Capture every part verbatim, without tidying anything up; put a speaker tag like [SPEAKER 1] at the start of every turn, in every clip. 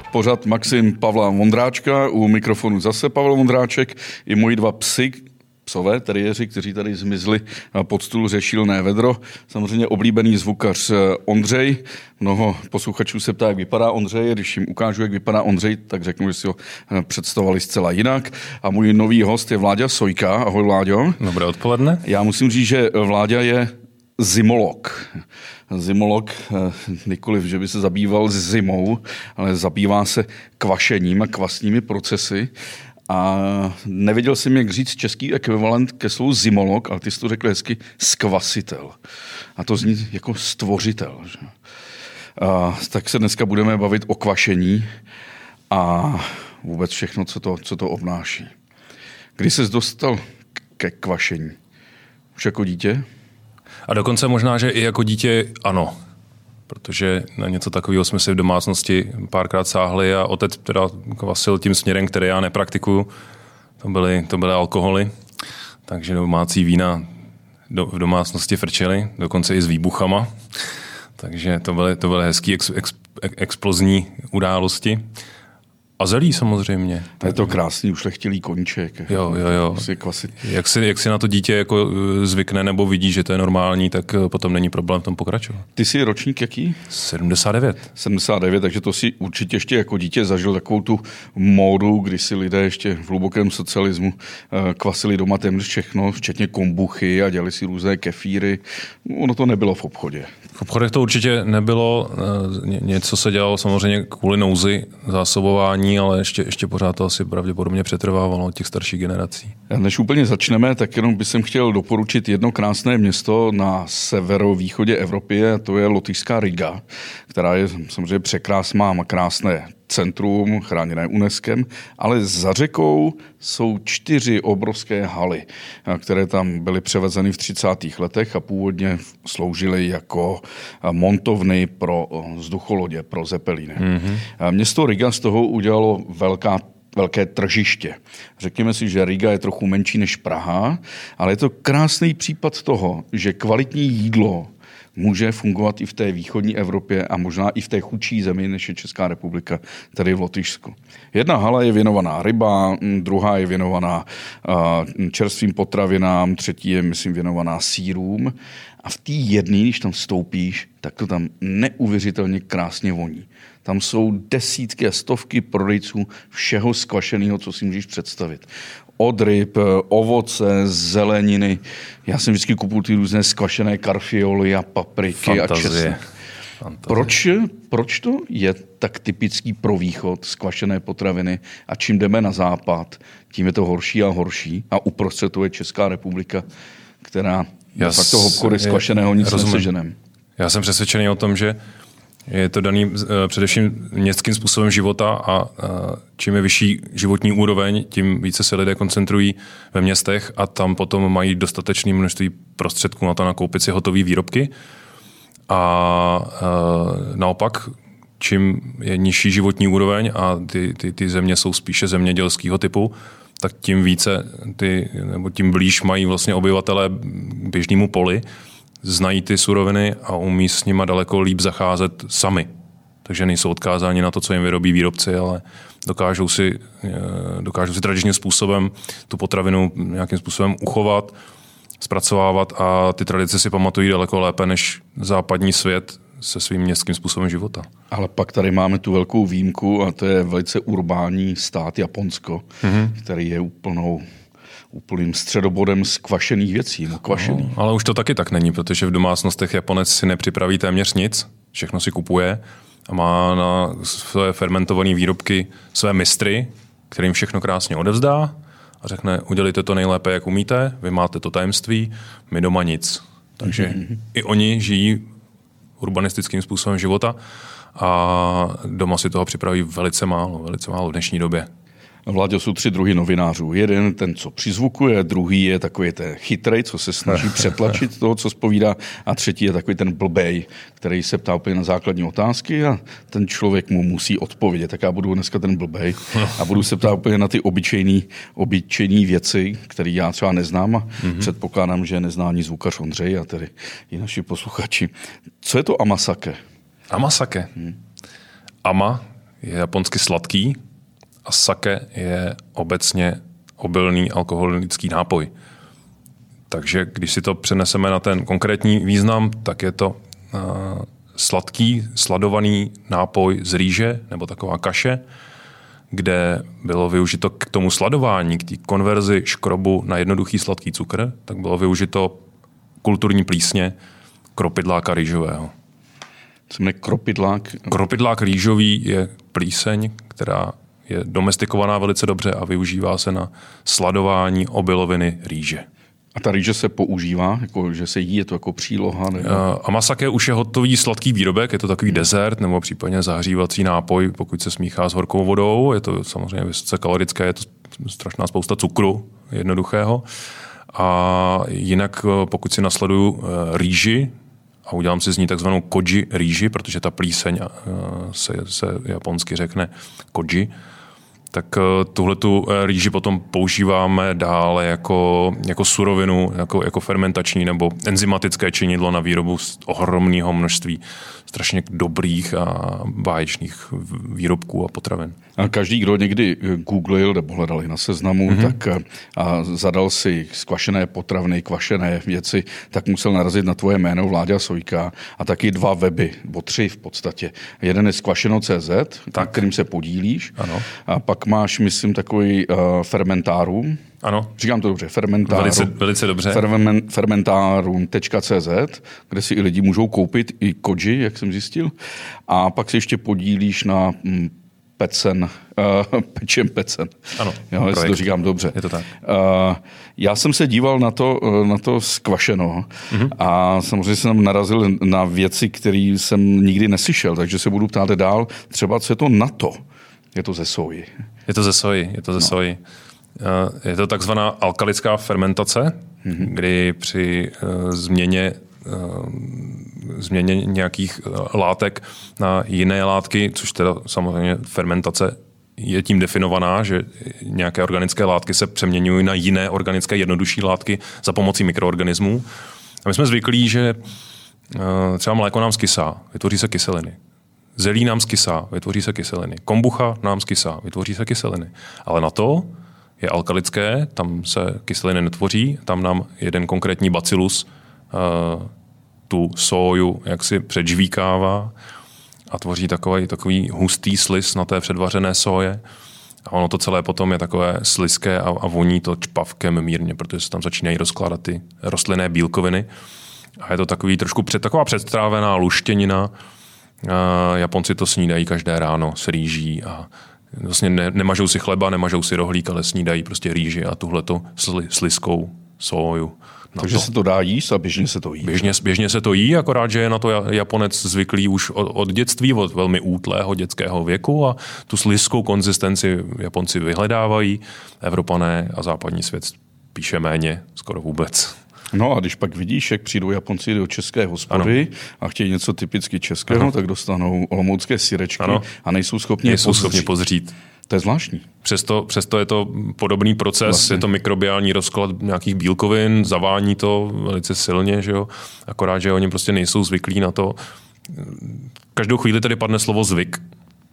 [SPEAKER 1] pořad Maxim Pavla Vondráčka, u mikrofonu zase Pavel Vondráček, i moji dva psy, psové teriéři, kteří tady zmizli pod stůl, řešilné vedro. Samozřejmě oblíbený zvukař Ondřej. Mnoho posluchačů se ptá, jak vypadá Ondřej. Když jim ukážu, jak vypadá Ondřej, tak řeknu, že si ho představovali zcela jinak. A můj nový host je Vláďa Sojka. Ahoj, Vláďo.
[SPEAKER 2] Dobré odpoledne.
[SPEAKER 1] Já musím říct, že Vláďa je zimolog. Zimolog, nikoliv, že by se zabýval zimou, ale zabývá se kvašením a kvasními procesy. A nevěděl jsem, jak říct český ekvivalent ke slovu zimolog, ale ty jsi to řekl hezky skvasitel. A to zní jako stvořitel. Že? A tak se dneska budeme bavit o kvašení a vůbec všechno, co to, co to obnáší. Kdy jsi dostal ke kvašení? Už jako dítě?
[SPEAKER 2] A dokonce možná, že i jako dítě ano. Protože na něco takového jsme si v domácnosti párkrát sáhli a otec teda kvasil tím směrem, který já nepraktikuju. To byly, to byly alkoholy, takže domácí vína do, v domácnosti frčely, dokonce i s výbuchama. Takže to byly, to byly hezký ex, ex, explozní události. A zelí samozřejmě.
[SPEAKER 1] Je to krásný, ušlechtilý koníček.
[SPEAKER 2] Jo, jo, jo. Jak si, jak si na to dítě jako zvykne nebo vidí, že to je normální, tak potom není problém v tom pokračovat.
[SPEAKER 1] Ty jsi ročník jaký?
[SPEAKER 2] sedmdesát devět.
[SPEAKER 1] sedmdesát devět, takže to si určitě ještě jako dítě zažil takovou tu módu, kdy si lidé ještě v hlubokém socialismu kvasili doma téměř všechno, včetně kombuchy a dělali si různé kefíry. Ono to nebylo v obchodě.
[SPEAKER 2] V obchodech to určitě nebylo. Něco se dělalo samozřejmě kvůli nouzi, zásobování, ale ještě, ještě pořád to asi pravděpodobně přetrvávalo od těch starších generací.
[SPEAKER 1] Než úplně začneme, tak jenom bych chtěl doporučit jedno krásné město na severovýchodě Evropy, a to je lotyšská Riga, která je samozřejmě překrásná, má krásné centrum, chráněné UNESCem, ale za řekou jsou čtyři obrovské haly, které tam byly převezeny v třicátých letech a původně sloužily jako montovny pro vzducholodě, pro zepelíny. Mm-hmm. Město Riga z toho udělalo velká velké tržiště. Řekněme si, že Riga je trochu menší než Praha, ale je to krásný případ toho, že kvalitní jídlo může fungovat i v té východní Evropě a možná i v té chudší zemi, než je Česká republika, tedy v Lotyšsku. Jedna hala je věnovaná rybám, druhá je věnovaná čerstvým potravinám, třetí je, myslím, věnovaná sýrům. A v té jedné, když tam vstoupíš, tak to tam neuvěřitelně krásně voní. Tam jsou desítky a stovky prodejců všeho skvašeného, co si můžeš představit. Od ryb, ovoce, zeleniny. Já jsem vždycky kupuju ty různé skvašené karfioly a papriky
[SPEAKER 2] Fantazie.
[SPEAKER 1] a česnek. Proč, proč to je tak typický pro východ, skvašené potraviny, a čím jdeme na západ, tím je to horší a horší a uprostřed to je Česká republika, která
[SPEAKER 2] Já
[SPEAKER 1] fakt toho obchody skvašeného nic neseženem.
[SPEAKER 2] Já jsem přesvědčený o tom, že je to daný uh, především městským způsobem života a uh, čím je vyšší životní úroveň, tím více se lidé koncentrují ve městech a tam potom mají dostatečné množství prostředků na to nakoupit si hotové výrobky. A uh, naopak, čím je nižší životní úroveň a ty, ty, ty země jsou spíše zemědělského typu, tak tím více, ty, nebo tím blíž mají vlastně obyvatelé k běžnému poli, znají ty suroviny a umí s nima daleko líp zacházet sami. Takže nejsou odkázáni na to, co jim vyrobí výrobci, ale dokážou si, dokážou si tradičním způsobem tu potravinu nějakým způsobem uchovat, zpracovávat a ty tradice si pamatují daleko lépe než západní svět se svým městským způsobem života.
[SPEAKER 1] Ale pak tady máme tu velkou výjimku a to je velice urbání stát Japonsko, mm-hmm. který je úplnou úplným středobodem skvašených věcí. Kvašený.
[SPEAKER 2] No, ale už to taky tak není, protože v domácnostech Japonec si nepřipraví téměř nic, všechno si kupuje a má na své fermentované výrobky své mistry, kterým všechno krásně odevzdá a řekne, udělejte to nejlépe, jak umíte, vy máte to tajemství, my doma nic. Takže mm-hmm. i oni žijí urbanistickým způsobem života a doma si toho připraví velice málo, velice málo v dnešní době.
[SPEAKER 1] Vláďo, jsou tři druhy novinářů. Jeden ten, co přizvukuje, druhý je takový ten chytrej, co se snaží přetlačit toho, co zpovídá, a třetí je takový ten blbej, který se ptá úplně na základní otázky a ten člověk mu musí odpovědět. Tak já budu dneska ten blbej a budu se ptát úplně na ty obyčejný, obyčejný věci, které já třeba neznám a mm-hmm. předpokládám, že nezná ani zvukař Ondřej a tedy i naši posluchači. Co je to amasake?
[SPEAKER 2] Amasake? Hmm. Ama je japonsky sladký a sake je obecně obilný alkoholický nápoj. Takže když si to přeneseme na ten konkrétní význam, tak je to uh, sladký, sladovaný nápoj z rýže nebo taková kaše, kde bylo využito k tomu sladování, k té konverzi škrobu na jednoduchý sladký cukr, tak bylo využito kulturní plísně kropidláka rýžového.
[SPEAKER 1] Co jmenuje kropidlák?
[SPEAKER 2] Kropidlák rýžový je plíseň, která je domestikovaná velice dobře a využívá se na sladování obiloviny rýže.
[SPEAKER 1] A ta rýže se používá, jako, že se jí, je to jako příloha? Nebo...
[SPEAKER 2] Amasake už je hotový sladký výrobek, je to takový dezert nebo případně zahřívací nápoj, pokud se smíchá s horkou vodou. Je to samozřejmě vysoce kalorické, je to strašná spousta cukru jednoduchého. A jinak pokud si nasleduju rýži a udělám si z ní takzvanou koji rýži, protože ta plíseň se, se japonsky řekne koji, tak tuhletu rýži potom používáme dále jako, jako surovinu, jako, jako fermentační nebo enzymatické činidlo na výrobu ohromného množství strašně dobrých a báječných výrobků a potravin.
[SPEAKER 1] A každý, kdo někdy googlil nebo hledal na Seznamu, mm-hmm. tak a zadal si skvašené potraviny, kvašené věci, tak musel narazit na tvoje jméno Vláďa Sojka a taky dva weby, nebo tři v podstatě. Jeden je skvašeno tečka cé zet, na kterým se podílíš.
[SPEAKER 2] Ano.
[SPEAKER 1] A pak máš, myslím, takový uh, fermentárum.
[SPEAKER 2] Ano.
[SPEAKER 1] Říkám to dobře, fermentárum.
[SPEAKER 2] Velice, velice dobře.
[SPEAKER 1] Ferment, fermentárum tečka cé zet, kde si i lidi můžou koupit i koji, jak jsem zjistil. A pak si ještě podílíš na mm, pecen, uh, pečem pecen.
[SPEAKER 2] Ano.
[SPEAKER 1] Jo, jestli to říkám dobře.
[SPEAKER 2] Je to tak.
[SPEAKER 1] Uh, já jsem se díval na to, na to skvašeno mm-hmm. a samozřejmě jsem narazil na věci, které jsem nikdy neslyšel, takže se budu ptát dál, třeba co je to NATO. Je to ze soji.
[SPEAKER 2] Je to ze soji, je to ze no. soji. Je to takzvaná alkalická fermentace, mm-hmm. kdy při uh, změně, uh, změně nějakých uh, látek na jiné látky, což teda samozřejmě fermentace je tím definovaná, že nějaké organické látky se přeměňují na jiné organické jednodušší látky za pomocí mikroorganismů. A my jsme zvyklí, že uh, třeba mléko nám skysá, vytvoří se kyseliny. Zelí nám skysá, vytvoří se kyseliny. Kombucha nám skysá, vytvoří se kyseliny. Ale na to je alkalické, tam se kyseliny netvoří, tam nám jeden konkrétní bacillus uh, tu sóju jaksi předžvíkává a tvoří takový, takový hustý sliz na té předvařené soje. A ono to celé potom je takové slizké a, a voní to čpavkem mírně, protože se tam začínají rozkládat ty rostlinné bílkoviny. A je to takový trošku před, taková předstrávená luštěnina. Uh, Japonci to snídají každé ráno s rýží a vlastně ne, nemažou si chleba, nemažou si rohlík, ale snídají prostě rýži a tuhleto sli, sliskou sóju.
[SPEAKER 1] Takže to. se to dá jíst a běžně se to jí.
[SPEAKER 2] Běžně, běžně se to jí, akorát, že je na to Japonec zvyklý už od, od dětství, od velmi útlého dětského věku a tu sliskou konzistenci Japonci vyhledávají, Evropané a západní svět spíše méně, skoro vůbec.
[SPEAKER 1] No a když pak vidíš, jak přijdou Japonci do české hospody ano. a chtějí něco typicky českého, ano. tak dostanou olomoucké syrečky ano. a nejsou schopni
[SPEAKER 2] nejsou schopni pozřít.
[SPEAKER 1] To je zvláštní.
[SPEAKER 2] Přesto, přesto je to podobný proces, vlastně. Je to mikrobiální rozklad nějakých bílkovin, zavání to velice silně, že jo? Akorát, že oni prostě nejsou zvyklí na to. Každou chvíli tady padne slovo zvyk.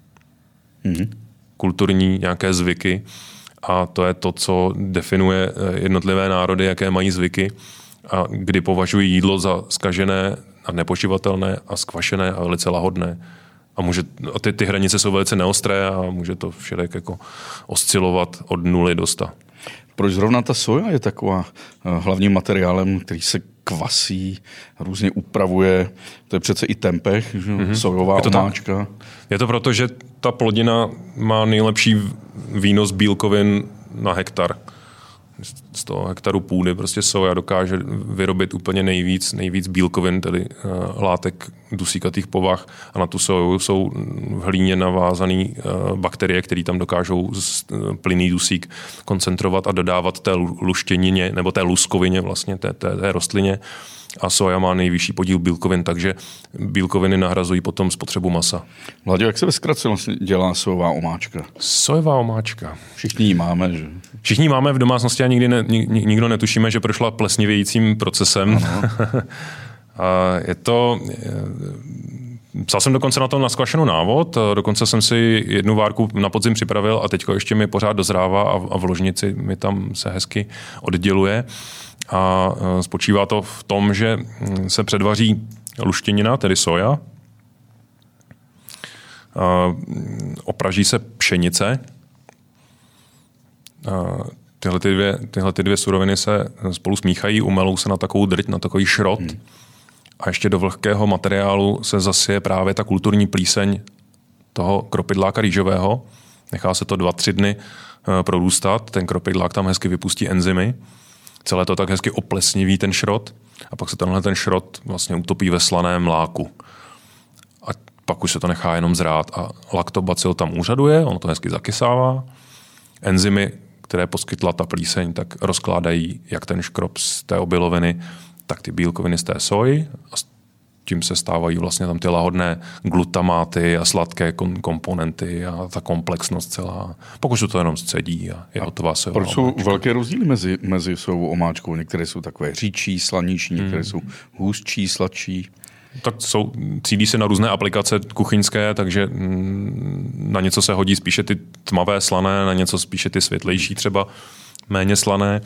[SPEAKER 2] Mm-hmm. Kulturní nějaké zvyky a to je to, co definuje jednotlivé národy, jaké mají zvyky a kdy považují jídlo za zkažené a nepoživatelné a skvašené a velice lahodné. A, může, a ty, ty hranice jsou velice neostré a může to všelijak jako oscilovat od nuly do sta.
[SPEAKER 1] Proč zrovna ta soja je taková hlavním materiálem, který se kvasí, různě upravuje? To je přece i tempeh, mm-hmm. sojová
[SPEAKER 2] je to
[SPEAKER 1] omáčka.
[SPEAKER 2] Tak. Je to proto, že ta plodina má nejlepší výnos bílkovin na hektar. Z toho hektaru půdy prostě soja dokáže vyrobit úplně nejvíc, nejvíc bílkovin, tedy uh, látek dusíkatých povah a na tu soju jsou v hlíně navázané uh, bakterie, které tam dokážou z, uh, plynný dusík koncentrovat a dodávat té luštěnině nebo té luskovině vlastně, té, té, té rostlině. A soja má nejvyšší podíl bílkovin, takže bílkoviny nahrazují potom spotřebu masa.
[SPEAKER 1] Vláďo, jak se ve zkratce vlastně dělá sojová omáčka?
[SPEAKER 2] Sojová omáčka.
[SPEAKER 1] Všichni ji máme, že?
[SPEAKER 2] Všichni ji máme v domácnosti a nikdy ne, nikdo netušíme, že prošla plesnivějícím procesem. A je to psal jsem dokonce na to na skvašenou návod, dokonce jsem si jednu várku na podzim připravil a teďko ještě mi pořád dozrává a, a v ložnici mi tam se hezky odděluje. A spočívá to v tom, že se předvaří luštěnina, tedy soja, opraží se pšenice. Tyhle, ty dvě, tyhle ty dvě suroviny se spolu smíchají, umelou se na takovou drť, na takový šrot. Hmm. A ještě do vlhkého materiálu se zasije právě ta kulturní plíseň toho kropidláka rýžového. Nechá se to dva, tři dny prorůstat. Ten kropidlák tam hezky vypustí enzymy. Celé to tak hezky oplesniví ten šrot. A pak se tenhle ten šrot vlastně utopí ve slaném mláku. A pak už se to nechá jenom zrát. A laktobacil tam úřaduje, ono to hezky zakysává. Enzymy, které poskytla ta plíseň, tak rozkládají jak ten škrob z té obiloviny, tak ty bílkoviny z té soji. A s tím se stávají vlastně tam ty lahodné glutamáty a sladké komponenty a ta komplexnost celá. Pokud se to jenom scedí a je a hotová sojová
[SPEAKER 1] omáčka. Proč jsou velké rozdíly mezi, mezi sojovou omáčkou? Některé jsou takové říčí, slanější, některé hmm. jsou hustší, sladší.
[SPEAKER 2] Tak jsou, cílí se na různé aplikace kuchyňské, takže na něco se hodí spíše ty tmavé slané, na něco spíše ty světlejší, třeba méně slané.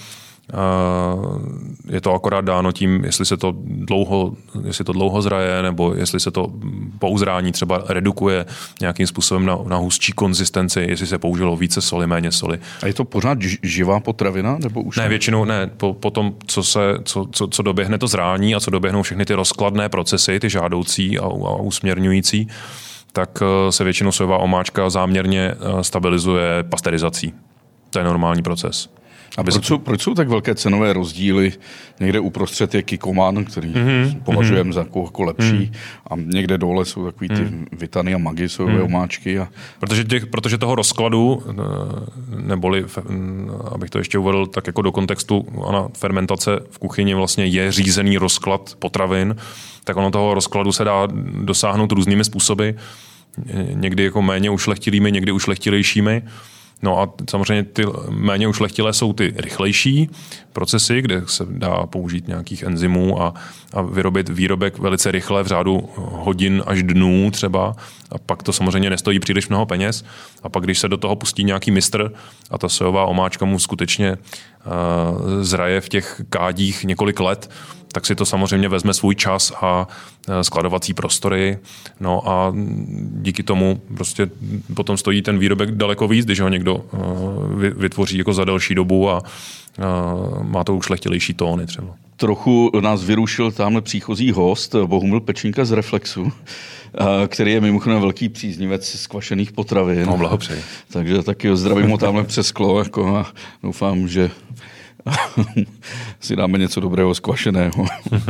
[SPEAKER 2] Je to akorát dáno tím, jestli se to dlouho, jestli to dlouho zraje, nebo jestli se to po uzrání třeba redukuje nějakým způsobem na, na hustší konzistenci, jestli se použilo více soli, méně soli.
[SPEAKER 1] A je to pořád živá potravina? Nebo už
[SPEAKER 2] ne, většinou ne. Po, po tom, co, se, co, co, co doběhne to zrání a co doběhnou všechny ty rozkladné procesy, ty žádoucí a, a usměrňující, tak se většinou sojová omáčka záměrně stabilizuje pasterizací. To je normální proces.
[SPEAKER 1] Aby proč, jsou, proč jsou tak velké cenové rozdíly? Někde uprostřed je Kikkoman, který mm-hmm. považujeme za jako, jako lepší, mm-hmm. a někde dole jsou takový ty mm-hmm. Vitany a Maggi, sojové mm-hmm. omáčky. A...
[SPEAKER 2] Protože, těch, protože toho rozkladu, neboli, abych to ještě uvedl tak jako do kontextu, ona fermentace v kuchyni vlastně je řízený rozklad potravin, tak ono toho rozkladu se dá dosáhnout různými způsoby, někdy jako méně ušlechtilými, někdy ušlechtilejšími. No a samozřejmě ty méně ušlechtilé jsou ty rychlejší procesy, kde se dá použít nějakých enzymů a, a vyrobit výrobek velice rychle v řádu hodin až dnů třeba. A pak to samozřejmě nestojí příliš mnoho peněz. A pak, když se do toho pustí nějaký mistr a ta sojová omáčka mu skutečně uh, zraje v těch kádích několik let, tak si to samozřejmě vezme svůj čas a skladovací prostory. No a díky tomu prostě potom stojí ten výrobek daleko víc, když ho někdo vytvoří jako za delší dobu a má to ušlechtilejší tóny třeba.
[SPEAKER 1] Trochu nás vyrušil tamhle příchozí host, Bohumil Pečínka z Reflexu, který je mimochodem velký příznivec skvašených potravin.
[SPEAKER 2] No, blahopřeji.
[SPEAKER 1] Takže taky zdravím ho tamhle přes sklo jako a doufám, že si dáme něco dobrého skvašeného.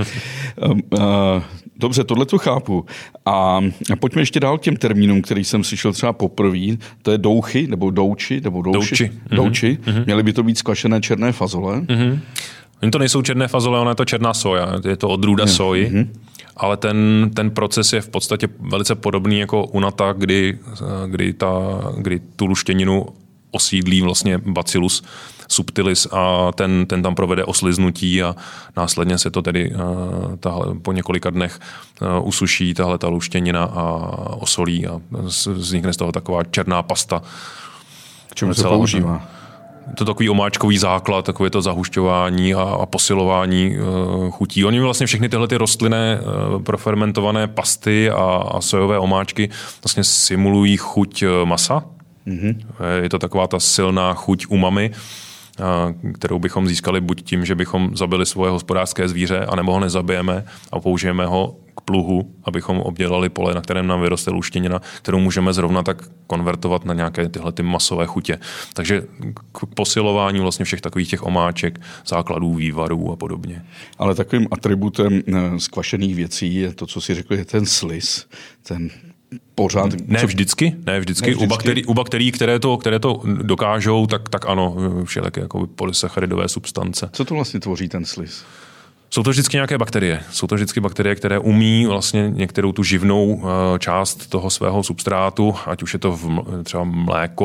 [SPEAKER 1] Dobře, tohle to chápu. A pojďme ještě dál k těm termínům, který jsem slyšel třeba poprvé. To je douchy, nebo douči, nebo douši.
[SPEAKER 2] Douči.
[SPEAKER 1] douči. Mm-hmm. Měly by to být skvašené černé fazole.
[SPEAKER 2] Mm-hmm. Oni to nejsou černé fazole, ona je to černá soja. Je to odrůda mm-hmm. soji. Ale ten, ten proces je v podstatě velice podobný jako u nata, kdy, kdy, ta, kdy tu luštěninu osídlí vlastně bacillus subtilis a ten, ten tam provede osliznutí a následně se to tedy uh, tahle, po několika dnech uh, usuší tahle ta luštěnina a osolí a vznikne z toho taková černá pasta.
[SPEAKER 1] Čemu se používá?
[SPEAKER 2] To takový omáčkový základ, takové to zahušťování a, a posilování uh, chutí. Oni vlastně všechny tyhle ty rostlinné uh, profermentované pasty a, a sojové omáčky vlastně simulují chuť uh, masa. Mm-hmm. Je to taková ta silná chuť umami, kterou bychom získali buď tím, že bychom zabili svoje hospodářské zvíře, anebo ho nezabijeme a použijeme ho k pluhu, abychom obdělali pole, na kterém nám vyroste luštěnina, kterou můžeme zrovna tak konvertovat na nějaké tyhle ty masové chutě. Takže k posilování vlastně všech takových těch omáček, základů, vývarů a podobně.
[SPEAKER 1] Ale takovým atributem skvašených věcí je to, co si řekl, je ten sliz, ten pořád.
[SPEAKER 2] Ne vždycky, ne vždycky. Ne vždycky. U, bakterií, u bakterií, které to, které to dokážou, tak, tak ano, všelijaké jako polysacharidové substance.
[SPEAKER 1] Co to vlastně tvoří ten sliz?
[SPEAKER 2] Jsou to vždycky nějaké bakterie. Jsou to vždycky bakterie, které umí vlastně některou tu živnou část toho svého substrátu, ať už je to v, třeba mléko,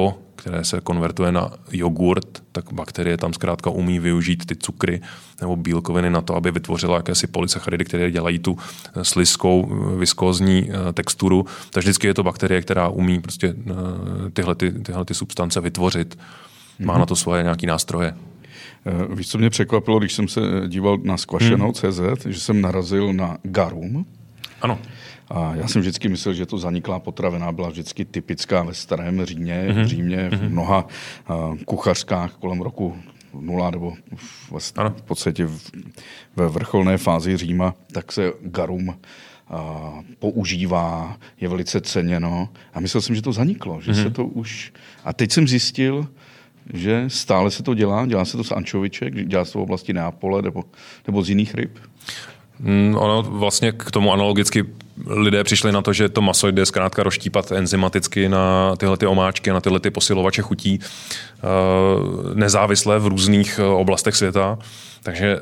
[SPEAKER 2] které se konvertuje na jogurt, tak bakterie tam zkrátka umí využít ty cukry nebo bílkoviny na to, aby vytvořila jakési polysacharidy, které dělají tu slizkou, viskózní texturu. Takže vždycky je to bakterie, která umí prostě tyhle, ty, tyhle ty substance vytvořit. Má mm-hmm. na to svoje nějaké nástroje.
[SPEAKER 1] Víš, co mě překvapilo, když jsem se díval na Squasheno tečka cé zet, hmm. že jsem narazil na garum.
[SPEAKER 2] Ano.
[SPEAKER 1] A já jsem vždycky myslel, že to zaniklá potravina byla vždycky typická ve starém Římě, mm-hmm. v Římě, v mnoha uh, kuchařkách kolem roku nula nebo vlastně v podstatě v, ve vrcholné fázi Říma, tak se garum uh, používá, je velice ceněno. A myslel jsem, že to zaniklo, že mm-hmm. se to už... A teď jsem zjistil, že stále se to dělá, dělá se to z ančoviček, dělá se to v oblasti Neapole nebo, nebo z jiných ryb.
[SPEAKER 2] Mm, ono vlastně k tomu analogicky lidé přišli na to, že to maso jde zkrátka rozštípat enzymaticky na tyhle ty omáčky, na tyhle ty posilovače chutí nezávisle v různých oblastech světa. Takže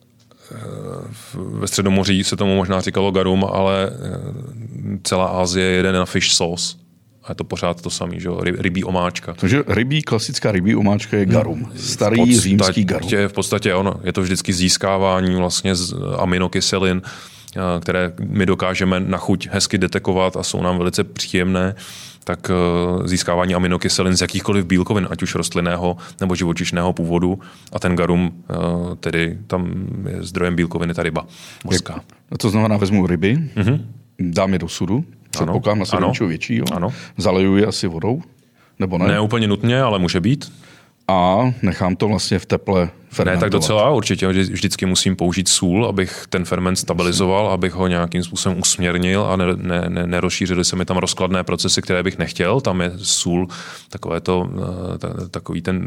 [SPEAKER 2] ve Středomoří se tomu možná říkalo garum, ale celá Asie jede na fish sauce. A je to pořád to samé, že jo, rybí omáčka.
[SPEAKER 1] Takže rybí, klasická rybí omáčka je garum. Starý podstatě, římský garum.
[SPEAKER 2] V podstatě ono, je to vždycky získávání vlastně z aminokyselin, které my dokážeme na chuť hezky detekovat a jsou nám velice příjemné, tak získávání aminokyselin z jakýchkoliv bílkovin, ať už rostlinného nebo živočišného původu. A ten garum, tedy tam je zdrojem bílkoviny ta ryba mořská.
[SPEAKER 1] To znamená, vezmu ryby, mm-hmm. dám je do sudu, předpokládám na sebe něčeho většího, zaleju je asi vodou, nebo ne?
[SPEAKER 2] Ne úplně nutně, ale může být.
[SPEAKER 1] A nechám to vlastně v teple fermentovat.
[SPEAKER 2] Ne, tak docela určitě. Vždycky musím použít sůl, abych ten ferment stabilizoval, abych ho nějakým způsobem usměrnil a ne, ne, ne, nerozšířily se mi tam rozkladné procesy, které bych nechtěl. Tam je sůl takové to, takový ten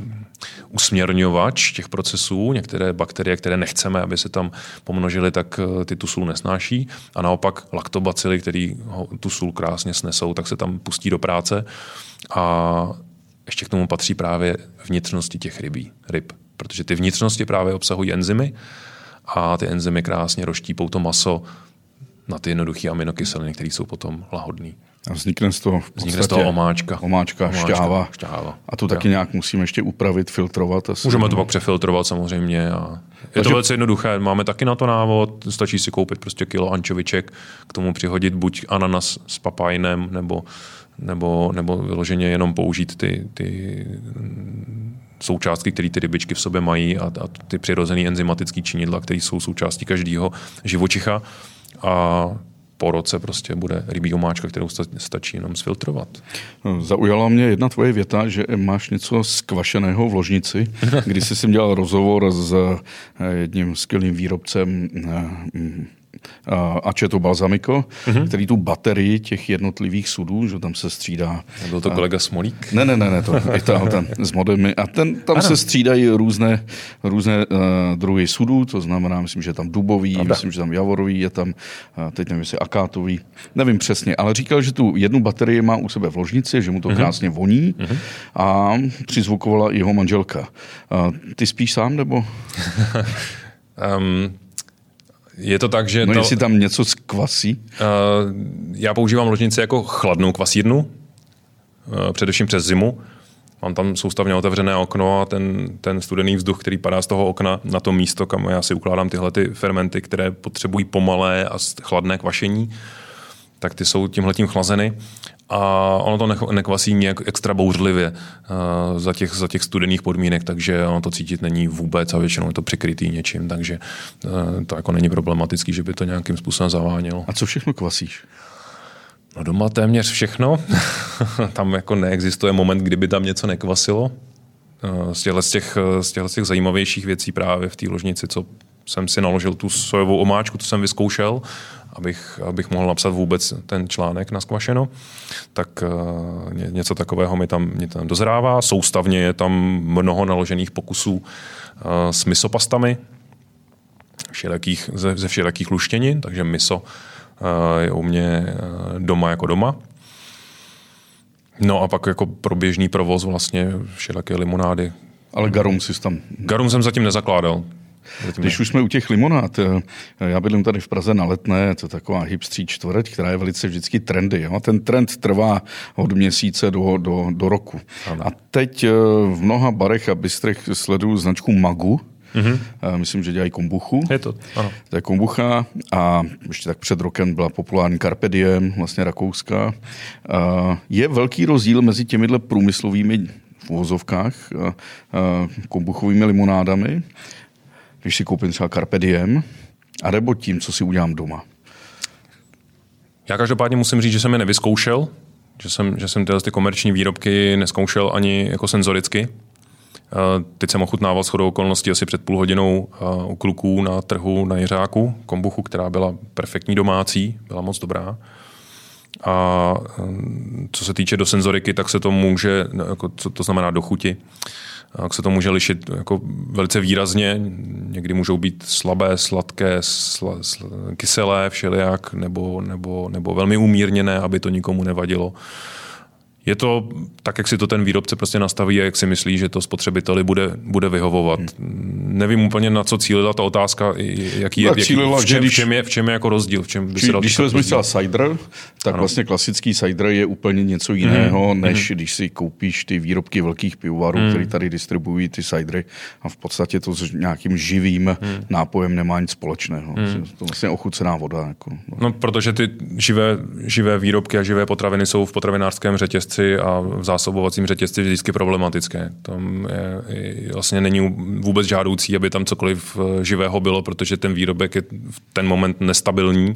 [SPEAKER 2] usměrňovač těch procesů. Některé bakterie, které nechceme, aby se tam pomnožily, tak ty tu sůl nesnáší. A naopak laktobacily, který tu sůl krásně snesou, tak se tam pustí do práce. A ještě k tomu patří právě vnitřnosti těch rybí, ryb, protože ty vnitřnosti právě obsahují enzymy a ty enzymy krásně rozštípou to maso na ty jednoduché aminokyseliny, které jsou potom lahodné.
[SPEAKER 1] A vznikne z toho v
[SPEAKER 2] vznikne z toho omáčka.
[SPEAKER 1] Omáčka, omáčka šťáva.
[SPEAKER 2] šťáva.
[SPEAKER 1] A to taky nějak musíme ještě upravit, filtrovat. Asi.
[SPEAKER 2] Můžeme to pak přefiltrovat samozřejmě. A je Takže... to velice jednoduché. Máme taky na to návod. Stačí si koupit prostě kilo ančoviček, k tomu přihodit buď ananas s papajnem, nebo nebo, nebo vyloženě jenom použít ty, ty součástky, které ty rybičky v sobě mají a, a ty přirozené enzymatické činidla, které jsou součástí každého živočicha. A po roce prostě bude rybí omáčka, kterou stačí jenom sfiltrovat.
[SPEAKER 1] Zaujala mě jedna tvoje věta, že máš něco skvašeného v ložnici, kdy jsi sem dělal rozhovor s jedním skvělým výrobcem Aceto Balsamico, mm-hmm. který tu baterii těch jednotlivých sudů, že tam se střídá.
[SPEAKER 2] Byl to kolega Smolík?
[SPEAKER 1] Ne, ne, ne, ne to vytáhl ten s modemi. A ten, tam ano. se střídají různé, různé uh, druhy sudů, to znamená, myslím, že je tam dubový, Pravda. myslím, že tam javorový, je tam, uh, teď nevím, jestli akátový, nevím přesně, ale říkal, že tu jednu baterii má u sebe v ložnici, že mu to mm-hmm. krásně voní mm-hmm. a přizvukovala jeho manželka. Uh, ty spíš sám, nebo?
[SPEAKER 2] um... Je to tak, že...
[SPEAKER 1] No
[SPEAKER 2] to,
[SPEAKER 1] jestli tam něco skvasí?
[SPEAKER 2] Uh, já používám ložnici jako chladnou kvasírnu, uh, především přes zimu. Mám tam soustavně otevřené okno a ten, ten studený vzduch, který padá z toho okna na to místo, kam já si ukládám tyhle ty fermenty, které potřebují pomalé a chladné kvašení, tak ty jsou tímhletím chlazeny. A ono to nekvasí nějak extra bouřlivě uh, za, těch, za těch studených podmínek, takže ono to cítit není vůbec a většinou je to přikrytý něčím, takže uh, to jako není problematický, že by to nějakým způsobem zavánělo.
[SPEAKER 1] A co všechno kvasíš?
[SPEAKER 2] No doma téměř všechno. Tam jako neexistuje moment, kdyby tam něco nekvasilo. Uh, z těchto z těch, z těchto z těch zajímavějších věcí právě v té ložnici, co jsem si naložil tu sojovou omáčku, tu jsem vyzkoušel, abych, abych mohl napsat vůbec ten článek na Squasheno, tak uh, ně, něco takového mi tam, mě tam dozrává. Soustavně je tam mnoho naložených pokusů uh, s misopastami všelijakých, ze, ze všelijakých luštěnin, takže miso uh, je u mě uh, doma jako doma. No a pak jako pro běžný provoz vlastně všelijaké limonády.
[SPEAKER 1] Ale garum jsi tam...
[SPEAKER 2] Garum jsem zatím nezakládal.
[SPEAKER 1] Když už jsme u těch limonád, já bydlím tady v Praze na Letné, je to taková hipstří čtvrť, která je velice vždycky trendy. Jo? Ten trend trvá od měsíce do, do, do roku. Ano. A teď v mnoha barech a bistrech sleduju značku Magu. Mm-hmm. Myslím, že dělají kombuchu.
[SPEAKER 2] Je to, ano.
[SPEAKER 1] To je kombucha a ještě tak před rokem byla populární Carpe Diem, vlastně rakouská. Je velký rozdíl mezi těmihle průmyslovými v uvozovkách kombuchovými limonádami, když si koupím třeba Carpe Diem, anebo tím, co si udělám doma?
[SPEAKER 2] Já každopádně musím říct, že jsem je nevyzkoušel, že jsem, že jsem tyhle ty komerční výrobky neskoušel ani jako senzoricky. Teď jsem ochutnával shodou okolností asi před půl hodinou u kluků na trhu na Jiřáku kombuchu, která byla perfektní domácí, byla moc dobrá. A co se týče do senzoriky, tak se to může, jako, co to znamená do chuti, tak se to může lišit jako velice výrazně. Někdy můžou být slabé, sladké, sla, sl, kyselé, všelijak, nebo, nebo, nebo velmi umírněné, aby to nikomu nevadilo. Je to tak, jak si to ten výrobce prostě nastaví a jak si myslí, že to spotřebiteli bude, bude vyhovovat. Hmm. Nevím úplně, na co cílila ta otázka, jaký je, jaký, v, čem, v, čem je, v čem je jako rozdíl. V čem by
[SPEAKER 1] či,
[SPEAKER 2] se dal
[SPEAKER 1] když si vezmeš třeba cider, tak
[SPEAKER 2] ano.
[SPEAKER 1] vlastně klasický cider je úplně něco jiného, hmm. než hmm. když si koupíš ty výrobky velkých pivovarů, hmm. který tady distribuují ty cidery a v podstatě to s nějakým živým hmm. nápojem nemá nic společného. Hmm. To vlastně ochucená voda. Jako, no.
[SPEAKER 2] no, protože ty živé, živé výrobky a živé potraviny jsou v potravinářském řetězci a v zásobovacím řetězci vždycky problematické. Tam je, je, vlastně není vůbec žádoucí, aby tam cokoliv živého bylo, protože ten výrobek je v ten moment nestabilní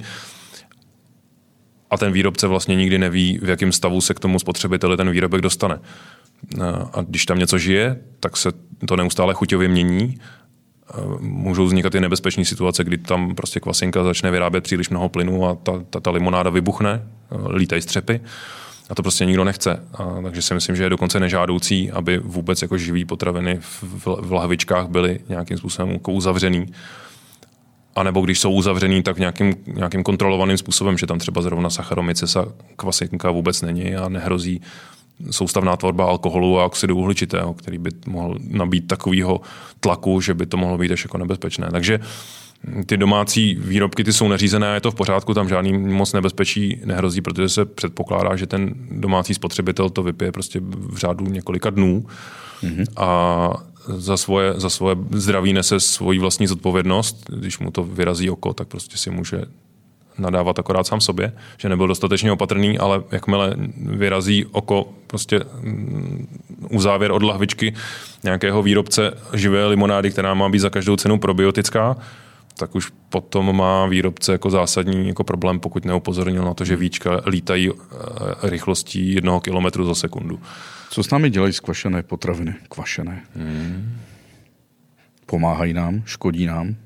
[SPEAKER 2] a ten výrobce vlastně nikdy neví, v jakém stavu se k tomu spotřebiteli ten výrobek dostane. A když tam něco žije, tak se to neustále chuťově mění. Můžou vznikat i nebezpečné situace, kdy tam prostě kvasinka začne vyrábět příliš mnoho plynu a ta, ta, ta limonáda vybuchne, lítají střepy. A to prostě nikdo nechce. A takže si myslím, že je dokonce nežádoucí, aby vůbec jako živý potraviny v, v lahvičkách byly nějakým způsobem jako uzavřený. A nebo když jsou uzavřený, tak nějakým, nějakým kontrolovaným způsobem, že tam třeba zrovna Saccharomyces a kvasinka vůbec není a nehrozí soustavná tvorba alkoholu a oxidu uhličitého, který by mohl nabít takového tlaku, že by to mohlo být až jako nebezpečné. Takže ty domácí výrobky, ty jsou neřízené a je to v pořádku, tam žádný moc nebezpečí nehrozí, protože se předpokládá, že ten domácí spotřebitel to vypije prostě v řádu několika dnů mm-hmm. a za svoje, za svoje zdraví nese svoji vlastní zodpovědnost. Když mu to vyrazí oko, tak prostě si může nadávat akorát sám sobě, že nebyl dostatečně opatrný, ale jakmile vyrazí oko prostě u závěr od lahvičky nějakého výrobce živé limonády, která má být za každou cenu probiotická, tak už potom má výrobce jako zásadní jako problém, pokud neupozornil na to, že víčka lítají rychlostí jednoho kilometru za sekundu.
[SPEAKER 1] Co s námi dělají skvašené potraviny? Kvašené. Hmm. Pomáhají nám? Škodí nám?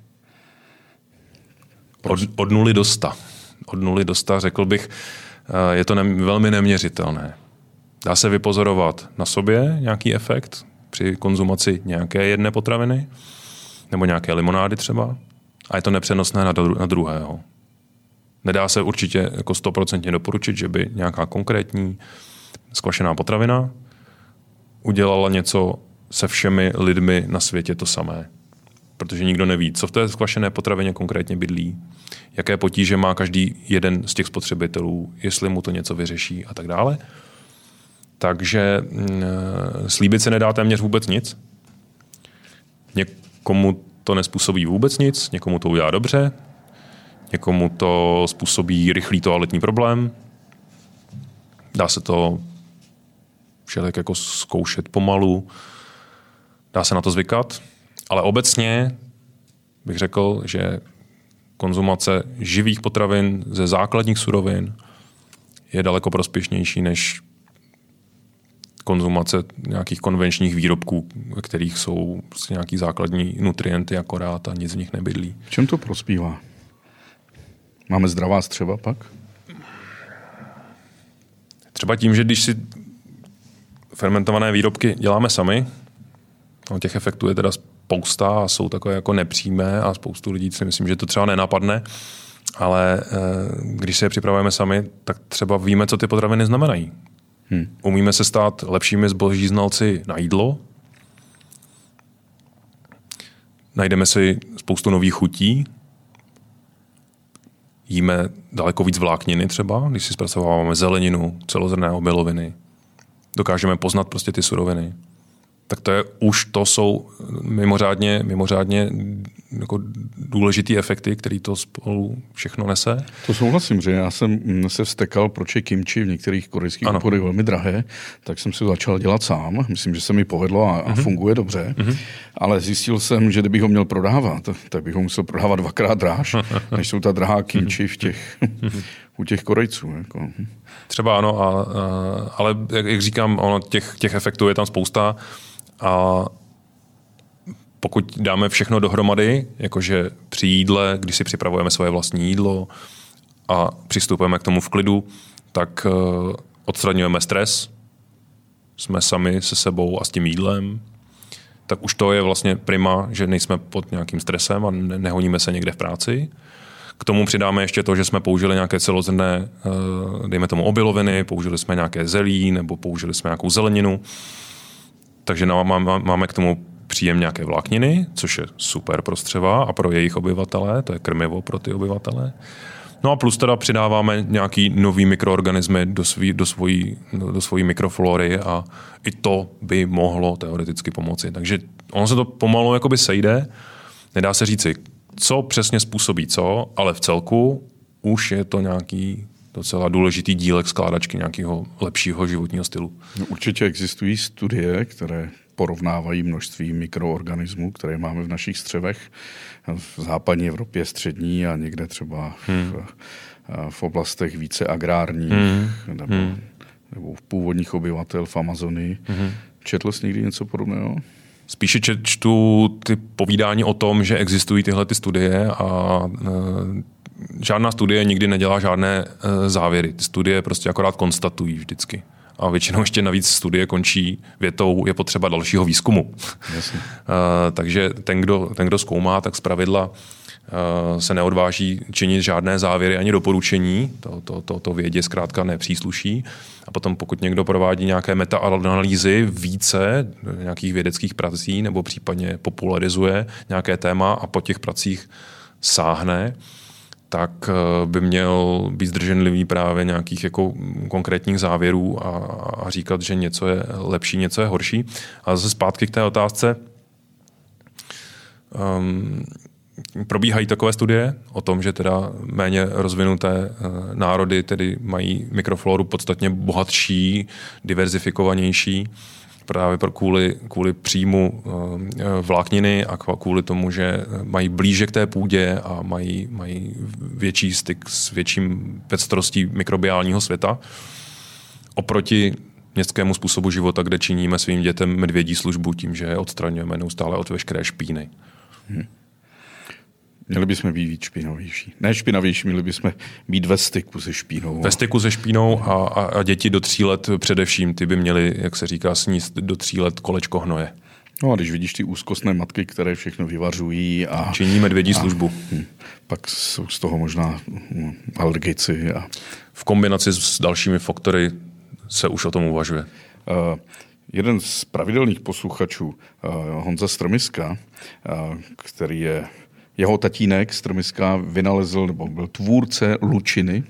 [SPEAKER 2] Od, od nuly do sta. Od nuly do sta, řekl bych, je to ne, velmi neměřitelné. Dá se vypozorovat na sobě nějaký efekt při konzumaci nějaké jedné potraviny nebo nějaké limonády třeba a je to nepřenosné na, dru, na druhého. Nedá se určitě jako stoprocentně doporučit, že by nějaká konkrétní skvašená potravina udělala něco se všemi lidmi na světě to samé. Protože nikdo neví, co v té skvašené potravině konkrétně bydlí, jaké potíže má každý jeden z těch spotřebitelů, jestli mu to něco vyřeší a tak dále. Takže slíbit se nedá téměř vůbec nic. Někomu to nespůsobí vůbec nic, někomu to udělá dobře, někomu to způsobí rychlý toaletní problém. Dá se to všelijak jako zkoušet pomalu, dá se na to zvykat. Ale obecně bych řekl, že konzumace živých potravin ze základních surovin je daleko prospěšnější než konzumace nějakých konvenčních výrobků, ve kterých jsou prostě nějaký základní nutrienty akorát a nic v nich nebydlí.
[SPEAKER 1] V čem to prospívá? Máme zdravá střeva pak?
[SPEAKER 2] Třeba tím, že když si fermentované výrobky děláme sami, no těch efektů je teda spousta a jsou takové jako nepřímé a spoustu lidí si myslím, že to třeba nenapadne, ale když se je připravujeme sami, tak třeba víme, co ty potraviny znamenají. Hmm. Umíme se stát lepšími zboží znalci na jídlo. najdeme si spoustu nových chutí, jíme daleko víc vlákniny třeba, když si zpracováváme zeleninu, celozrnné obiloviny. Dokážeme poznat prostě ty suroviny. Tak to je, už to jsou mimořádně, mimořádně jako důležitý efekty, který to spolu všechno nese.
[SPEAKER 1] To souhlasím, že já jsem se vztekal, proč je kimči v některých korejských obchodech velmi drahé, tak jsem si to začal dělat sám. Myslím, že se mi povedlo a, a mm-hmm. funguje dobře. Mm-hmm. Ale zjistil jsem, že kdybych ho měl prodávat, tak bych ho musel prodávat dvakrát dráž, než jsou ta drahá kimči v těch, u těch Korejců. Jako.
[SPEAKER 2] Třeba ano, a, a, ale jak, jak říkám, ono, těch, těch efektů je tam spousta. A pokud dáme všechno dohromady, jakože při jídle, když si připravujeme svoje vlastní jídlo a přistupujeme k tomu v klidu, tak uh, odstraňujeme stres, jsme sami se sebou a s tím jídlem, tak už to je vlastně prima, že nejsme pod nějakým stresem a ne- nehoníme se někde v práci. K tomu přidáme ještě to, že jsme použili nějaké celozrnné, uh, dejme tomu obiloviny, použili jsme nějaké zelí nebo použili jsme nějakou zeleninu. Takže máme k tomu příjem nějaké vlákniny, což je super pro střeva a pro jejich obyvatele, to je krmivo pro ty obyvatele. No a plus teda přidáváme nějaký nový mikroorganismy do, svý, do, svojí, do svojí mikroflory a i to by mohlo teoreticky pomoci. Takže ono se to pomalu jakoby sejde, nedá se říci, co přesně způsobí co, ale v celku už je to nějaký docela důležitý dílek skládačky nějakého lepšího životního stylu.
[SPEAKER 1] No, určitě existují studie, které porovnávají množství mikroorganismů, které máme v našich střevech v západní Evropě, střední a někde třeba hmm. v, v oblastech více agrárních hmm. Nebo, hmm. nebo v původních obyvatel v Amazonii. Hmm. Četl jsi někdy něco podobného?
[SPEAKER 2] Spíše čtu ty povídání o tom, že existují tyhle ty studie a žádná studie nikdy nedělá žádné e, závěry. Ty studie prostě akorát konstatují vždycky. A většinou ještě navíc studie končí větou, je potřeba dalšího výzkumu.
[SPEAKER 1] Jasně.
[SPEAKER 2] e, takže ten kdo, ten, kdo zkoumá, tak zpravidla e, se neodváží činit žádné závěry ani doporučení. To, to, to, to vědě zkrátka nepřísluší. A potom pokud někdo provádí nějaké metaanalýzy více nějakých vědeckých prací nebo případně popularizuje nějaké téma a po těch pracích sáhne, tak by měl být zdrženlivý právě nějakých jako konkrétních závěrů a, a říkat, že něco je lepší, něco je horší. A zase zpátky k té otázce. Um, probíhají takové studie o tom, že teda méně rozvinuté národy tedy mají mikrofloru podstatně bohatší, diverzifikovanější, právě kvůli, kvůli příjmu vlákniny a kvůli tomu, že mají blíže k té půdě a mají, mají větší styk s větším pestrostí mikrobiálního světa. Oproti městskému způsobu života, kde činíme svým dětem medvědí službu tím, že je odstraňujeme neustále od veškeré špíny.
[SPEAKER 1] Hmm. Měli bychom být víc špinavější. Ne špinavější, měli bychom být ve styku se špínou.
[SPEAKER 2] Ve styku se špínou a, a, a děti do tří let především, ty by měly, jak se říká, sníst do tří let kolečko hnoje.
[SPEAKER 1] No a když vidíš ty úzkostné matky, které všechno vyvařují a...
[SPEAKER 2] Činí medvědí a, službu.
[SPEAKER 1] Hm, pak jsou z toho možná hm, alergici. A...
[SPEAKER 2] V kombinaci s dalšími faktory se už o tom uvažuje.
[SPEAKER 1] Uh, jeden z pravidelných posluchačů, uh, Honza Strmiska, uh, který je... Jeho tatínek Strmiska vynalezl, nebo byl tvůrce lučiny,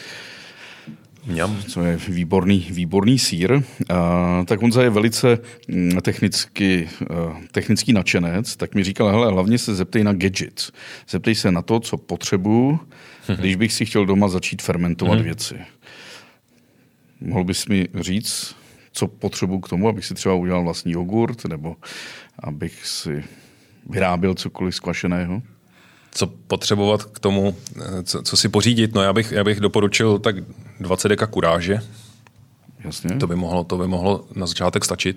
[SPEAKER 2] Mňam.
[SPEAKER 1] Co je výborný, výborný sýr. Uh, tak Honza je velice technicky, uh, technický nadšenec, tak mi říkal, hele, hlavně se zeptej na gadgets. Zeptej se na to, co potřebuju, když bych si chtěl doma začít fermentovat hmm. věci. Mohl bys mi říct, co potřebuju k tomu, abych si třeba udělal vlastní jogurt, nebo abych si vyráběl cokoliv skvašeného?
[SPEAKER 2] Co potřebovat k tomu, co, co si pořídit? No já bych, já bych doporučil tak dvacet deka kuráže.
[SPEAKER 1] Jasně.
[SPEAKER 2] To by mohlo, to by mohlo na začátek stačit.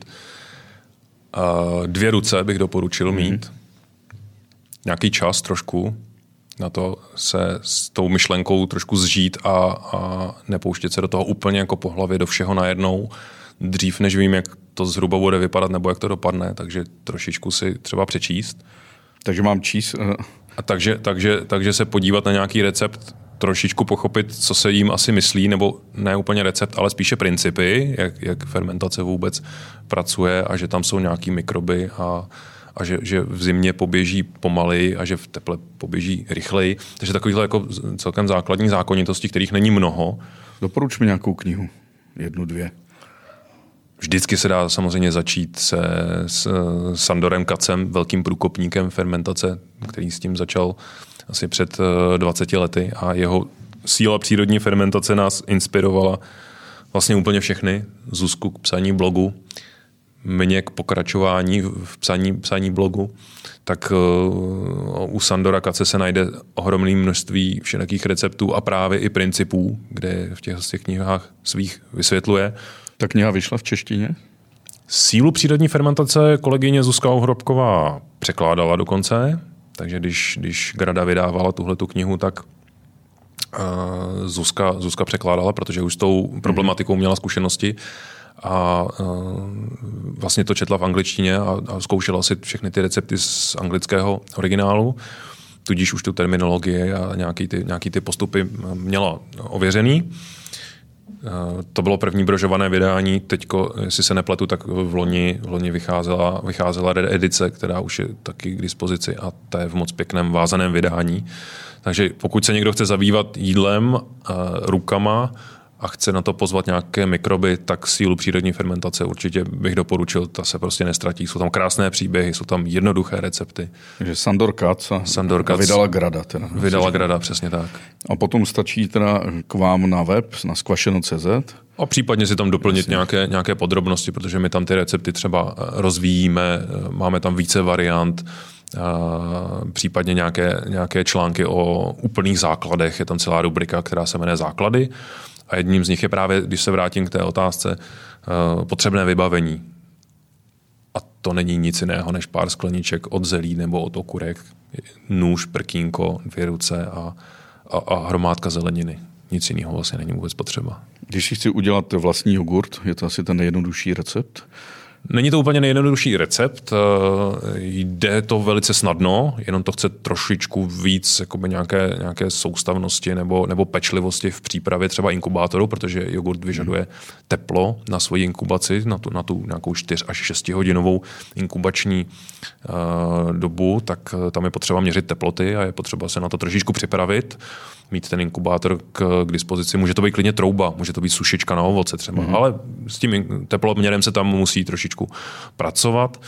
[SPEAKER 2] Uh, dvě ruce bych doporučil mm. mít. Nějaký čas trošku na to se s tou myšlenkou trošku zžít a, a nepouštět se do toho úplně jako po hlavě do všeho najednou, dřív než vím, jak to zhruba bude vypadat nebo jak to dopadne, takže trošičku si třeba přečíst.
[SPEAKER 1] Takže mám číst... Uh...
[SPEAKER 2] A takže, takže, takže se podívat na nějaký recept, trošičku pochopit, co se jim asi myslí, nebo ne úplně recept, ale spíše principy, jak, jak fermentace vůbec pracuje a že tam jsou nějaký mikroby a, a že, že v zimě poběží pomaleji a že v teple poběží rychleji. Takže takovýhle jako celkem základní zákonitosti, kterých není mnoho.
[SPEAKER 1] Doporuč mi nějakou knihu. Jednu, dvě.
[SPEAKER 2] Vždycky se dá samozřejmě začít se s Sandorem Katzem, velkým průkopníkem fermentace, který s tím začal asi před dvaceti lety a jeho síla přírodní fermentace nás inspirovala vlastně úplně všechny. Zuzku k psaní blogu, mě k pokračování v psaní, psaní blogu, tak u Sandora Katze se najde ohromné množství všelijakých receptů a právě i principů, kde v těch, v těch knihách svých vysvětluje.
[SPEAKER 1] Ta kniha vyšla v češtině?
[SPEAKER 2] Sílu přírodní fermentace kolegyně Zuzka Ohrobková překládala dokonce, takže když, když Grada vydávala tuhletu knihu, tak uh, Zuzka, Zuzka překládala, protože už s tou problematikou měla zkušenosti a uh, vlastně to četla v angličtině a, a zkoušela si všechny ty recepty z anglického originálu, tudíž už tu terminologii a nějaký ty, nějaký ty postupy měla ověřený. To bylo první brožované vydání, teďko, jestli se nepletu, tak v loni, v loni vycházela, vycházela edice, která už je taky k dispozici a ta je v moc pěkném vázaném vydání. Takže pokud se někdo chce zabývat jídlem, rukama a chce na to pozvat nějaké mikroby, tak sílu přírodní fermentace určitě bych doporučil, ta se prostě nestratí. Jsou tam krásné příběhy, jsou tam jednoduché recepty.
[SPEAKER 1] Takže Sandor Katz a,
[SPEAKER 2] Sandor Katz
[SPEAKER 1] a vydala Grada. Teda,
[SPEAKER 2] vydala Grada, přesně tak.
[SPEAKER 1] A potom stačí teda k vám na web, na skvašeno tečka cé zet.
[SPEAKER 2] A případně si tam doplnit nějaké, nějaké podrobnosti, protože my tam ty recepty třeba rozvíjíme, máme tam více variant, případně nějaké, nějaké články o úplných základech, je tam celá rubrika, která se jmenuje Základy. A jedním z nich je právě, když se vrátím k té otázce, potřebné vybavení. A to není nic jiného, než pár skleniček od zelí nebo od okurek, nůž, prkínko, dvě ruce a, a, a hromádka zeleniny. Nic jiného vlastně není vůbec potřeba.
[SPEAKER 1] Když si chci udělat vlastní jogurt, je to asi ten nejjednodušší recept?
[SPEAKER 2] Není to úplně nejjednodušší recept, jde to velice snadno, jenom to chce trošičku víc jakoby nějaké, nějaké soustavnosti nebo, nebo pečlivosti v přípravě třeba inkubátoru, protože jogurt vyžaduje teplo na svoji inkubaci, na tu, na tu nějakou čtyři až šest hodinovou inkubační uh, dobu, tak tam je potřeba měřit teploty a je potřeba se na to trošičku připravit, mít ten inkubátor k, k dispozici. Může to být klidně trouba, může to být sušička na ovoce třeba, mm-hmm. ale s tím teploměrem se tam musí trošičku pracovat.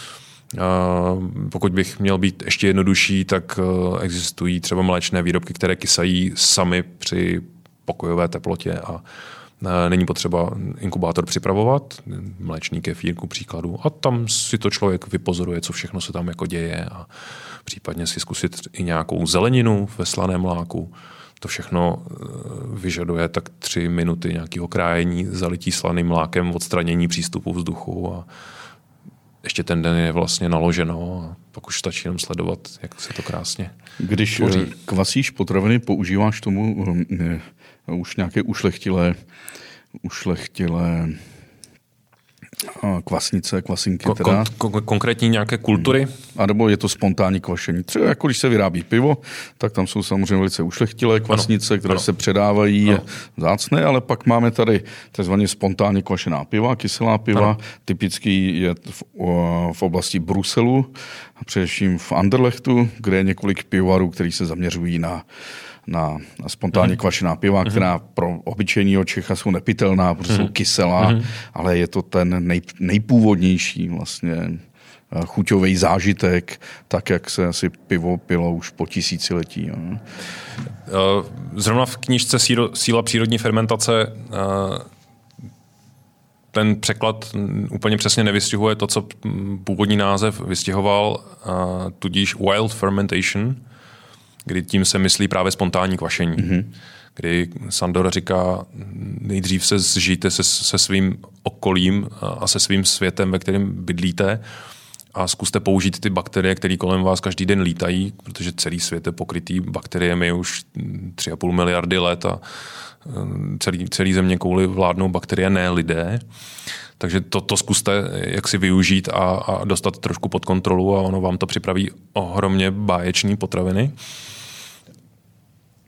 [SPEAKER 2] Pokud bych měl být ještě jednodušší, tak existují třeba mléčné výrobky, které kysají sami při pokojové teplotě a není potřeba inkubátor připravovat, mléčný kefír ku příkladu, a tam si to člověk vypozoruje, co všechno se tam jako děje a případně si zkusit i nějakou zeleninu ve slaném mláku. To všechno vyžaduje tak tři minuty nějakého krájení, zalití slaným mlákem, odstranění přístupu vzduchu a ještě ten den je vlastně naloženo a pak už stačí jenom sledovat, jak se to krásně
[SPEAKER 1] Když
[SPEAKER 2] tvoří.
[SPEAKER 1] Kvasíš potraviny, používáš tomu je, už nějaké ušlechtilé, ušlechtilé kvasnice, kvasinky teda.
[SPEAKER 2] Kon, kon, konkrétní nějaké kultury?
[SPEAKER 1] A nebo je to spontánní kvašení. Třeba jako když se vyrábí pivo, tak tam jsou samozřejmě velice ušlechtilé kvasnice, ano, které ano. se předávají ano. vzácné, ale pak máme tady takzvaně spontánně kvašená piva, kyselá piva. Ano. Typický je v, v oblasti Bruselu, především v Anderlechtu, kde je několik pivovarů, který se zaměřují na na, na spontánně mm. kvašená piva, mm. která pro obyčejného Čecha jsou nepitelná, protože mm. jsou kyselá, mm. ale je to ten nej, nejpůvodnější vlastně chuťový zážitek, tak jak se asi pivo pilo už po tisíciletí. No.
[SPEAKER 2] Zrovna v knížce Síla přírodní fermentace ten překlad úplně přesně nevystihuje to, co původní název vystihoval, tudíž wild fermentation, kdy tím se myslí právě spontánní kvašení. Mm-hmm. Kdy Sandor říká, nejdřív se zžijte se, se svým okolím a se svým světem, ve kterém bydlíte, a zkuste použít ty bakterie, které kolem vás každý den lítají, protože celý svět je pokrytý bakteriemi už tři a půl miliardy let a celý, celý země kouli vládnou bakterie, ne lidé. Takže to, to zkuste jak si využít a, a dostat trošku pod kontrolu a ono vám to připraví ohromně báječný potraviny.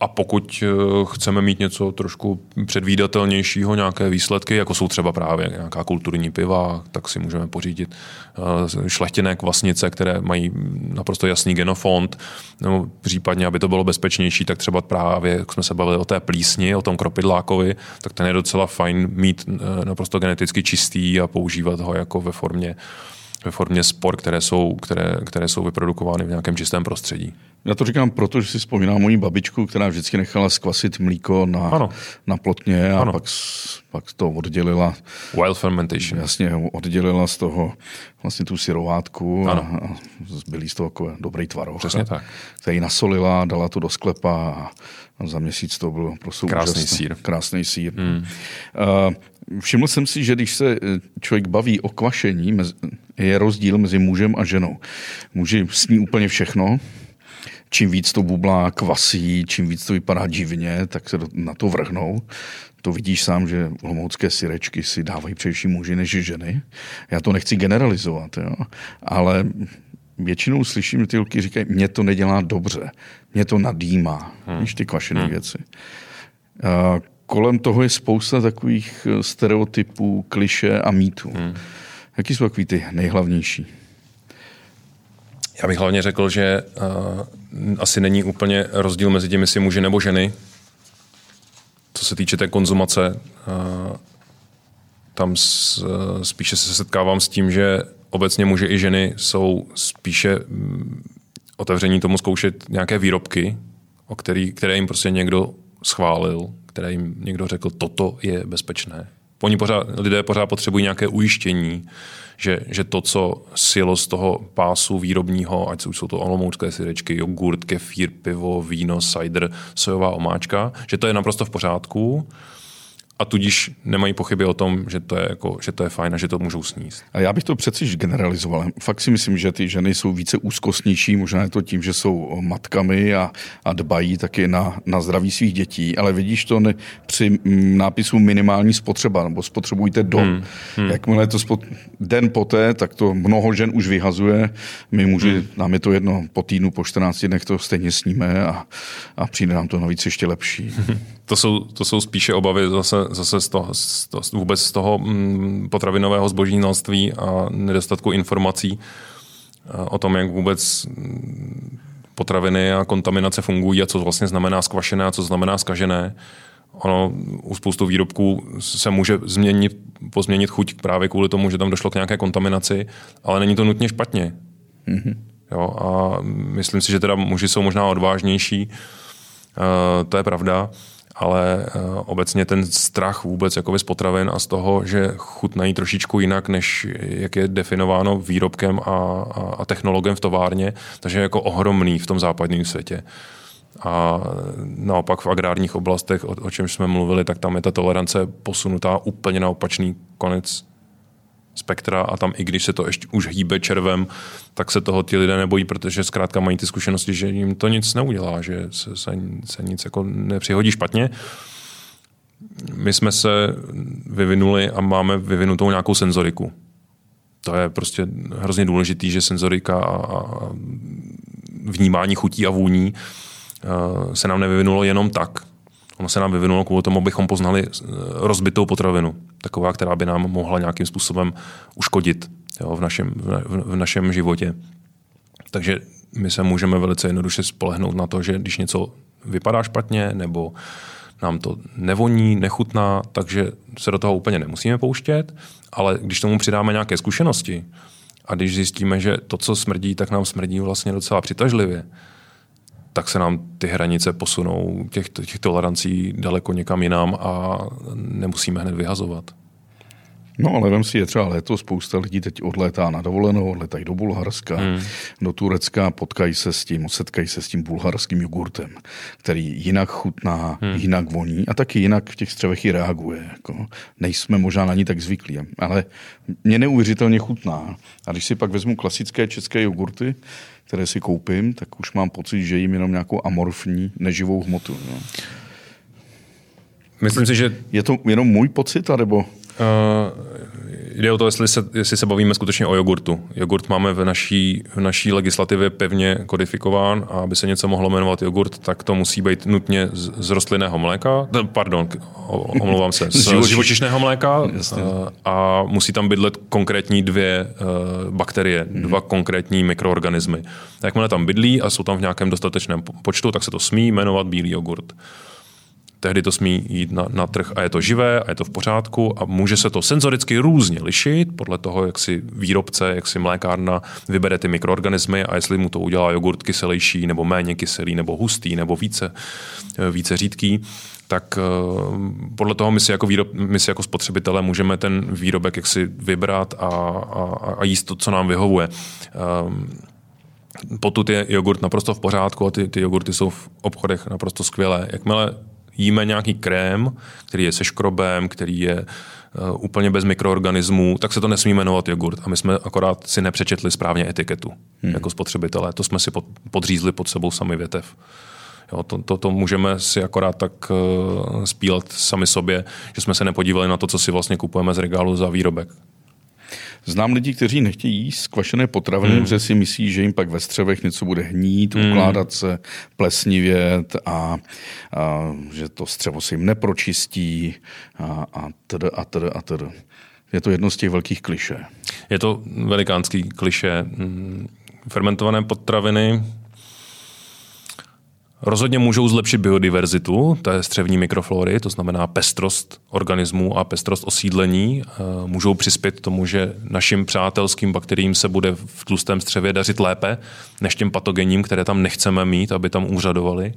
[SPEAKER 2] A pokud chceme mít něco trošku předvídatelnějšího, nějaké výsledky, jako jsou třeba právě nějaká kulturní piva, tak si můžeme pořídit šlechtěné kvasnice, které mají naprosto jasný genofond, nebo případně, aby to bylo bezpečnější, tak třeba právě, jak jsme se bavili o té plísni, o tom kropidlákovi, tak ten je docela fajn mít naprosto geneticky čistý a používat ho jako ve formě ve formě spor, které jsou, které, které jsou vyprodukovány v nějakém čistém prostředí.
[SPEAKER 1] Já to říkám proto, že si vzpomínám moji babičku, která vždycky nechala zkvasit mlíko na, na plotně a ano. pak, pak to oddělila.
[SPEAKER 2] Wild fermentation.
[SPEAKER 1] Jasně, oddělila z toho vlastně tu syrovátku a, a zbylý z toho jako dobrý tvaroh.
[SPEAKER 2] Přesně tak.
[SPEAKER 1] Který nasolila, dala to do sklepa a, a za měsíc to byl prostě
[SPEAKER 2] krásný
[SPEAKER 1] úžasný,
[SPEAKER 2] sýr.
[SPEAKER 1] Krásný sýr.
[SPEAKER 2] Hmm.
[SPEAKER 1] Uh, všiml jsem si, že když se člověk baví o kvašení, je rozdíl mezi mužem a ženou. Muži sní úplně všechno. Čím víc to bublá kvasí, čím víc to vypadá divně, tak se na to vrhnou. To vidíš sám, že olomoucké syrečky si dávají především muži než ženy. Já to nechci generalizovat, jo? Ale většinou slyším, že ty holky říkají, mě to nedělá dobře, mě to nadýmá, hmm. víš, ty kvašené hmm. věci. A kolem toho je spousta takových stereotypů, klišé a mýtů. Hmm. Jaký jsou takový ty nejhlavnější?
[SPEAKER 2] Já bych hlavně řekl, že uh, asi není úplně rozdíl mezi těmi, jestli muži nebo ženy. Co se týče té konzumace, uh, tam s, uh, spíše se setkávám s tím, že obecně muži i ženy jsou spíše um, otevření tomu zkoušet nějaké výrobky, o který, které jim prostě někdo schválil, které jim někdo řekl, toto je bezpečné. Oni pořád, lidé pořád potřebují nějaké ujištění, že, že to, co sjelo z toho pásu výrobního, ať jsou to olomoucké syrečky, jogurt, kefír, pivo, víno, cider, sojová omáčka, že to je naprosto v pořádku a tudíž nemají pochyby o tom, že to je, jako, že to je fajn a že to můžou sníst.
[SPEAKER 1] A já bych to přeci generalizoval. Fakt si myslím, že ty ženy jsou více úzkostnější, možná je to tím, že jsou matkami a, a dbají taky na, na zdraví svých dětí, ale vidíš to ne, při nápisu minimální spotřeba, nebo spotřebujte do. Hmm. Hmm. Jakmile to spot, den poté, tak to mnoho žen už vyhazuje. My muži, hmm. nám je to jedno, po týdnu, po čtrnácti dnech to stejně sníme a, a přijde nám to navíc ještě lepší.
[SPEAKER 2] To jsou, to jsou spíše obavy zase, zase z toho, z toho, vůbec z toho mm, potravinového zbožínalství a nedostatku informací o tom, jak vůbec potraviny a kontaminace fungují a co vlastně znamená zkvašené a co znamená zkažené. Ono u spoustu výrobků se může změnit, pozměnit chuť právě kvůli tomu, že tam došlo k nějaké kontaminaci, ale není to nutně špatně. Mm-hmm. Jo, a myslím si, že teda muži jsou možná odvážnější, uh, to je pravda, ale uh, obecně ten strach vůbec jakoby z potravin a z toho, že chutnají trošičku jinak, než jak je definováno výrobkem a, a, a technologem v továrně, takže je jako ohromný v tom západním světě. A naopak v agrárních oblastech, o, o čem jsme mluvili, tak tam je ta tolerance posunutá úplně na opačný konec spektra a tam i když se to ještě už hýbe červem, tak se toho ti lidé nebojí, protože zkrátka mají ty zkušenosti, že jim to nic neudělá, že se, se, se nic jako nepřihodí špatně. My jsme se vyvinuli a máme vyvinutou nějakou senzoriku. To je prostě hrozně důležitý, že senzorika a vnímání chutí a vůní se nám nevyvinulo jenom tak. Ono se nám vyvinulo kvůli tomu, abychom poznali rozbitou potravinu. Taková, která by nám mohla nějakým způsobem uškodit, jo, v, našem, v, v našem životě. Takže my se můžeme velice jednoduše spolehnout na to, že když něco vypadá špatně nebo nám to nevoní, nechutná, takže se do toho úplně nemusíme pouštět, ale když tomu přidáme nějaké zkušenosti a když zjistíme, že to, co smrdí, tak nám smrdí vlastně docela přitažlivě, tak se nám ty hranice posunou těch, těch tolerancí daleko někam jinam a nemusíme hned vyhazovat.
[SPEAKER 1] No ale vem si, je třeba léto, spousta lidí teď odlétá na dovolenou, odlétají do Bulharska, hmm. do Turecka, potkají se s tím, setkají se s tím bulharským jogurtem, který jinak chutná, hmm. jinak voní a taky jinak v těch střevech i reaguje. Jako. Nejsme možná na ní tak zvyklí, ale mě neuvěřitelně chutná. A když si pak vezmu klasické české jogurty, které si koupím, tak už mám pocit, že jim jenom nějakou amorfní, neživou hmotu. No.
[SPEAKER 2] Myslím si, že...
[SPEAKER 1] Je to jenom můj pocit, anebo... Uh,
[SPEAKER 2] jde o to, jestli se, jestli se bavíme skutečně o jogurtu. Jogurt máme v naší, v naší legislativě pevně kodifikován a aby se něco mohlo jmenovat jogurt, tak to musí být nutně z, z rostlinného mléka, pardon, omlouvám se, z, z živočišného mléka a, a musí tam bydlet konkrétní dvě uh, bakterie, hmm. dva konkrétní mikroorganismy. Jakmile tam bydlí a jsou tam v nějakém dostatečném počtu, tak se to smí jmenovat bílý jogurt. Tehdy to smí jít na, na trh a je to živé a je to v pořádku a může se to senzoricky různě lišit podle toho, jak si výrobce, jak si mlékárna vybere ty mikroorganismy a jestli mu to udělá jogurt kyselější nebo méně kyselý nebo hustý nebo více, více řídký, tak podle toho my si jako, výrob, my si jako spotřebitelé můžeme ten výrobek jaksi vybrat a, a, a jíst to, co nám vyhovuje. Potud je jogurt naprosto v pořádku a ty, ty jogurty jsou v obchodech naprosto skvělé. Jakmile jíme nějaký krém, který je se škrobem, který je uh, úplně bez mikroorganismů, tak se to nesmí jmenovat jogurt. A my jsme akorát si nepřečetli správně etiketu hmm. jako spotřebitelé. To jsme si pod, podřízli pod sebou sami větev. Jo, to, to, to můžeme si akorát tak uh, spílat sami sobě, že jsme se nepodívali na to, co si vlastně kupujeme z regálu za výrobek.
[SPEAKER 1] Znám lidi, kteří nechtějí jíst kvašené potraviny, hmm. protože si myslí, že jim pak ve střevech něco bude hnít, hmm. ukládat se, plesnivět a, a že to střevo se jim nepročistí a, a td. a td. a td. Je to jedno z těch velkých klišé.
[SPEAKER 2] Je to velikánský klišé. Fermentované potraviny rozhodně můžou zlepšit biodiverzitu té střevní mikroflory, to znamená pestrost organismů a pestrost osídlení. Můžou přispět tomu, že našim přátelským bakteriím se bude v tlustém střevě dařit lépe, než těm patogenním, které tam nechceme mít, aby tam úřadovaly.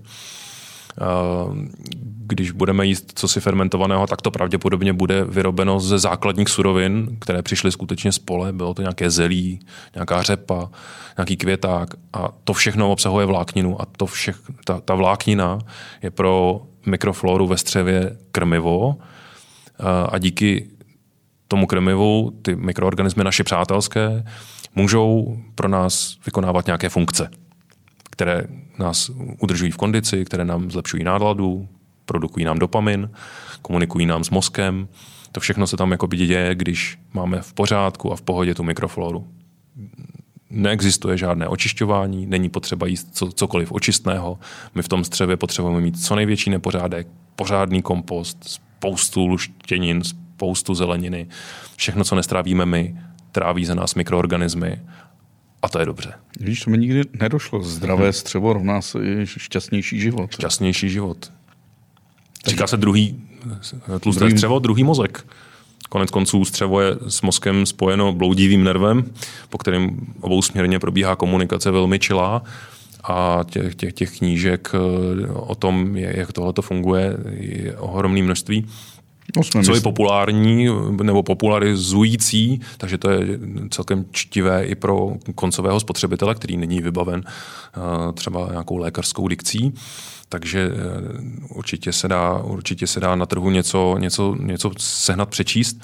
[SPEAKER 2] Když budeme jíst cosi fermentovaného, tak to pravděpodobně bude vyrobeno ze základních surovin, které přišly skutečně z pole. Bylo to nějaké zelí, nějaká řepa, nějaký květák a to všechno obsahuje vlákninu a to všech, ta, ta vláknina je pro mikrofloru ve střevě krmivo a díky tomu krmivu ty mikroorganismy naše přátelské můžou pro nás vykonávat nějaké funkce, které nás udržují v kondici, které nám zlepšují náladu, produkují nám dopamin, komunikují nám s mozkem. To všechno se tam jakoby děje, když máme v pořádku a v pohodě tu mikrofloru. Neexistuje žádné očišťování, není potřeba jíst co, cokoliv očistného. My v tom střevě potřebujeme mít co největší nepořádek, pořádný kompost, spoustu luštěnin, spoustu zeleniny. Všechno, co nestrávíme my, tráví za nás mikroorganismy. A to je dobře.
[SPEAKER 1] Víš, to mi nikdy nedošlo. Zdravé střevo rovná se šťastnější život.
[SPEAKER 2] Šťastnější život. Říká se druhý tlusté druhý... střevo, druhý mozek. Konec konců střevo je s mozkem spojeno bloudivým nervem, po kterém obousměrně probíhá komunikace velmi čilá a těch, těch, těch knížek o tom, jak tohle funguje, je ohromné množství. No, co je populární nebo popularizující, takže to je celkem čtivé i pro koncového spotřebitele, který není vybaven třeba nějakou lékařskou dikcí. Takže určitě se dá, určitě se dá na trhu něco, něco, něco sehnat, přečíst.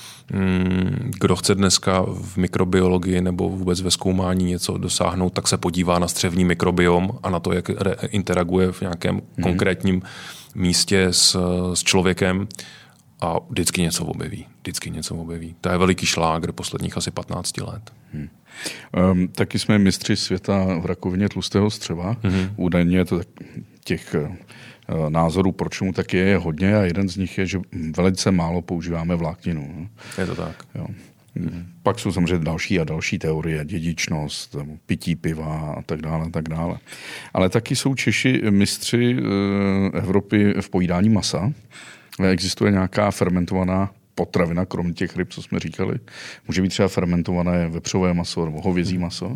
[SPEAKER 2] Kdo chce dneska v mikrobiologii nebo vůbec ve zkoumání něco dosáhnout, tak se podívá na střevní mikrobiom a na to, jak interaguje v nějakém hmm. konkrétním místě s, s člověkem. A vždycky něco objeví. Vždycky něco objeví. To je veliký šlágr posledních asi patnáct let. Hmm.
[SPEAKER 1] Um, taky jsme mistři světa v rakovině tlustého střeva. Hmm. Údajně to těch uh, názorů, proč mu tak je, je hodně a jeden z nich je, že velice málo používáme vlákninu. No?
[SPEAKER 2] Je to tak.
[SPEAKER 1] Jo. Hmm. Pak jsou samozřejmě další a další teorie, dědičnost, pití piva a tak dále, tak dále. Ale taky jsou Češi mistři uh, Evropy v pojídání masa. Existuje nějaká fermentovaná potravina, kromě těch ryb, co jsme říkali? Může být třeba fermentované vepřové maso nebo hovězí maso?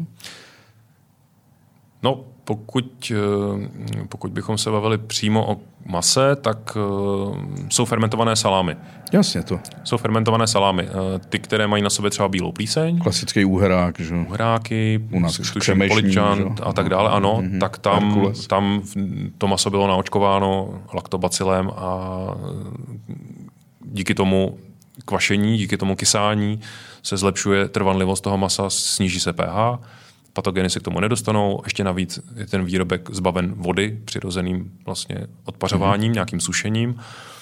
[SPEAKER 2] No, pokud, pokud bychom se bavili přímo o mase, tak jsou fermentované salámy.
[SPEAKER 1] Jasně to.
[SPEAKER 2] Jsou fermentované salámy. Ty, které mají na sobě třeba bílou plíseň.
[SPEAKER 1] Klasický úherák, že?
[SPEAKER 2] Úheráky,
[SPEAKER 1] u nás křemešní,
[SPEAKER 2] a tak dále, ano. Mm-hmm. Tak tam, tam to maso bylo naočkováno laktobacilem a díky tomu kvašení, díky tomu kysání se zlepšuje trvanlivost toho masa, sníží se pH, patogeny se k tomu nedostanou, ještě navíc je ten výrobek zbaven vody přirozeným vlastně odpařováním, mm-hmm. nějakým sušením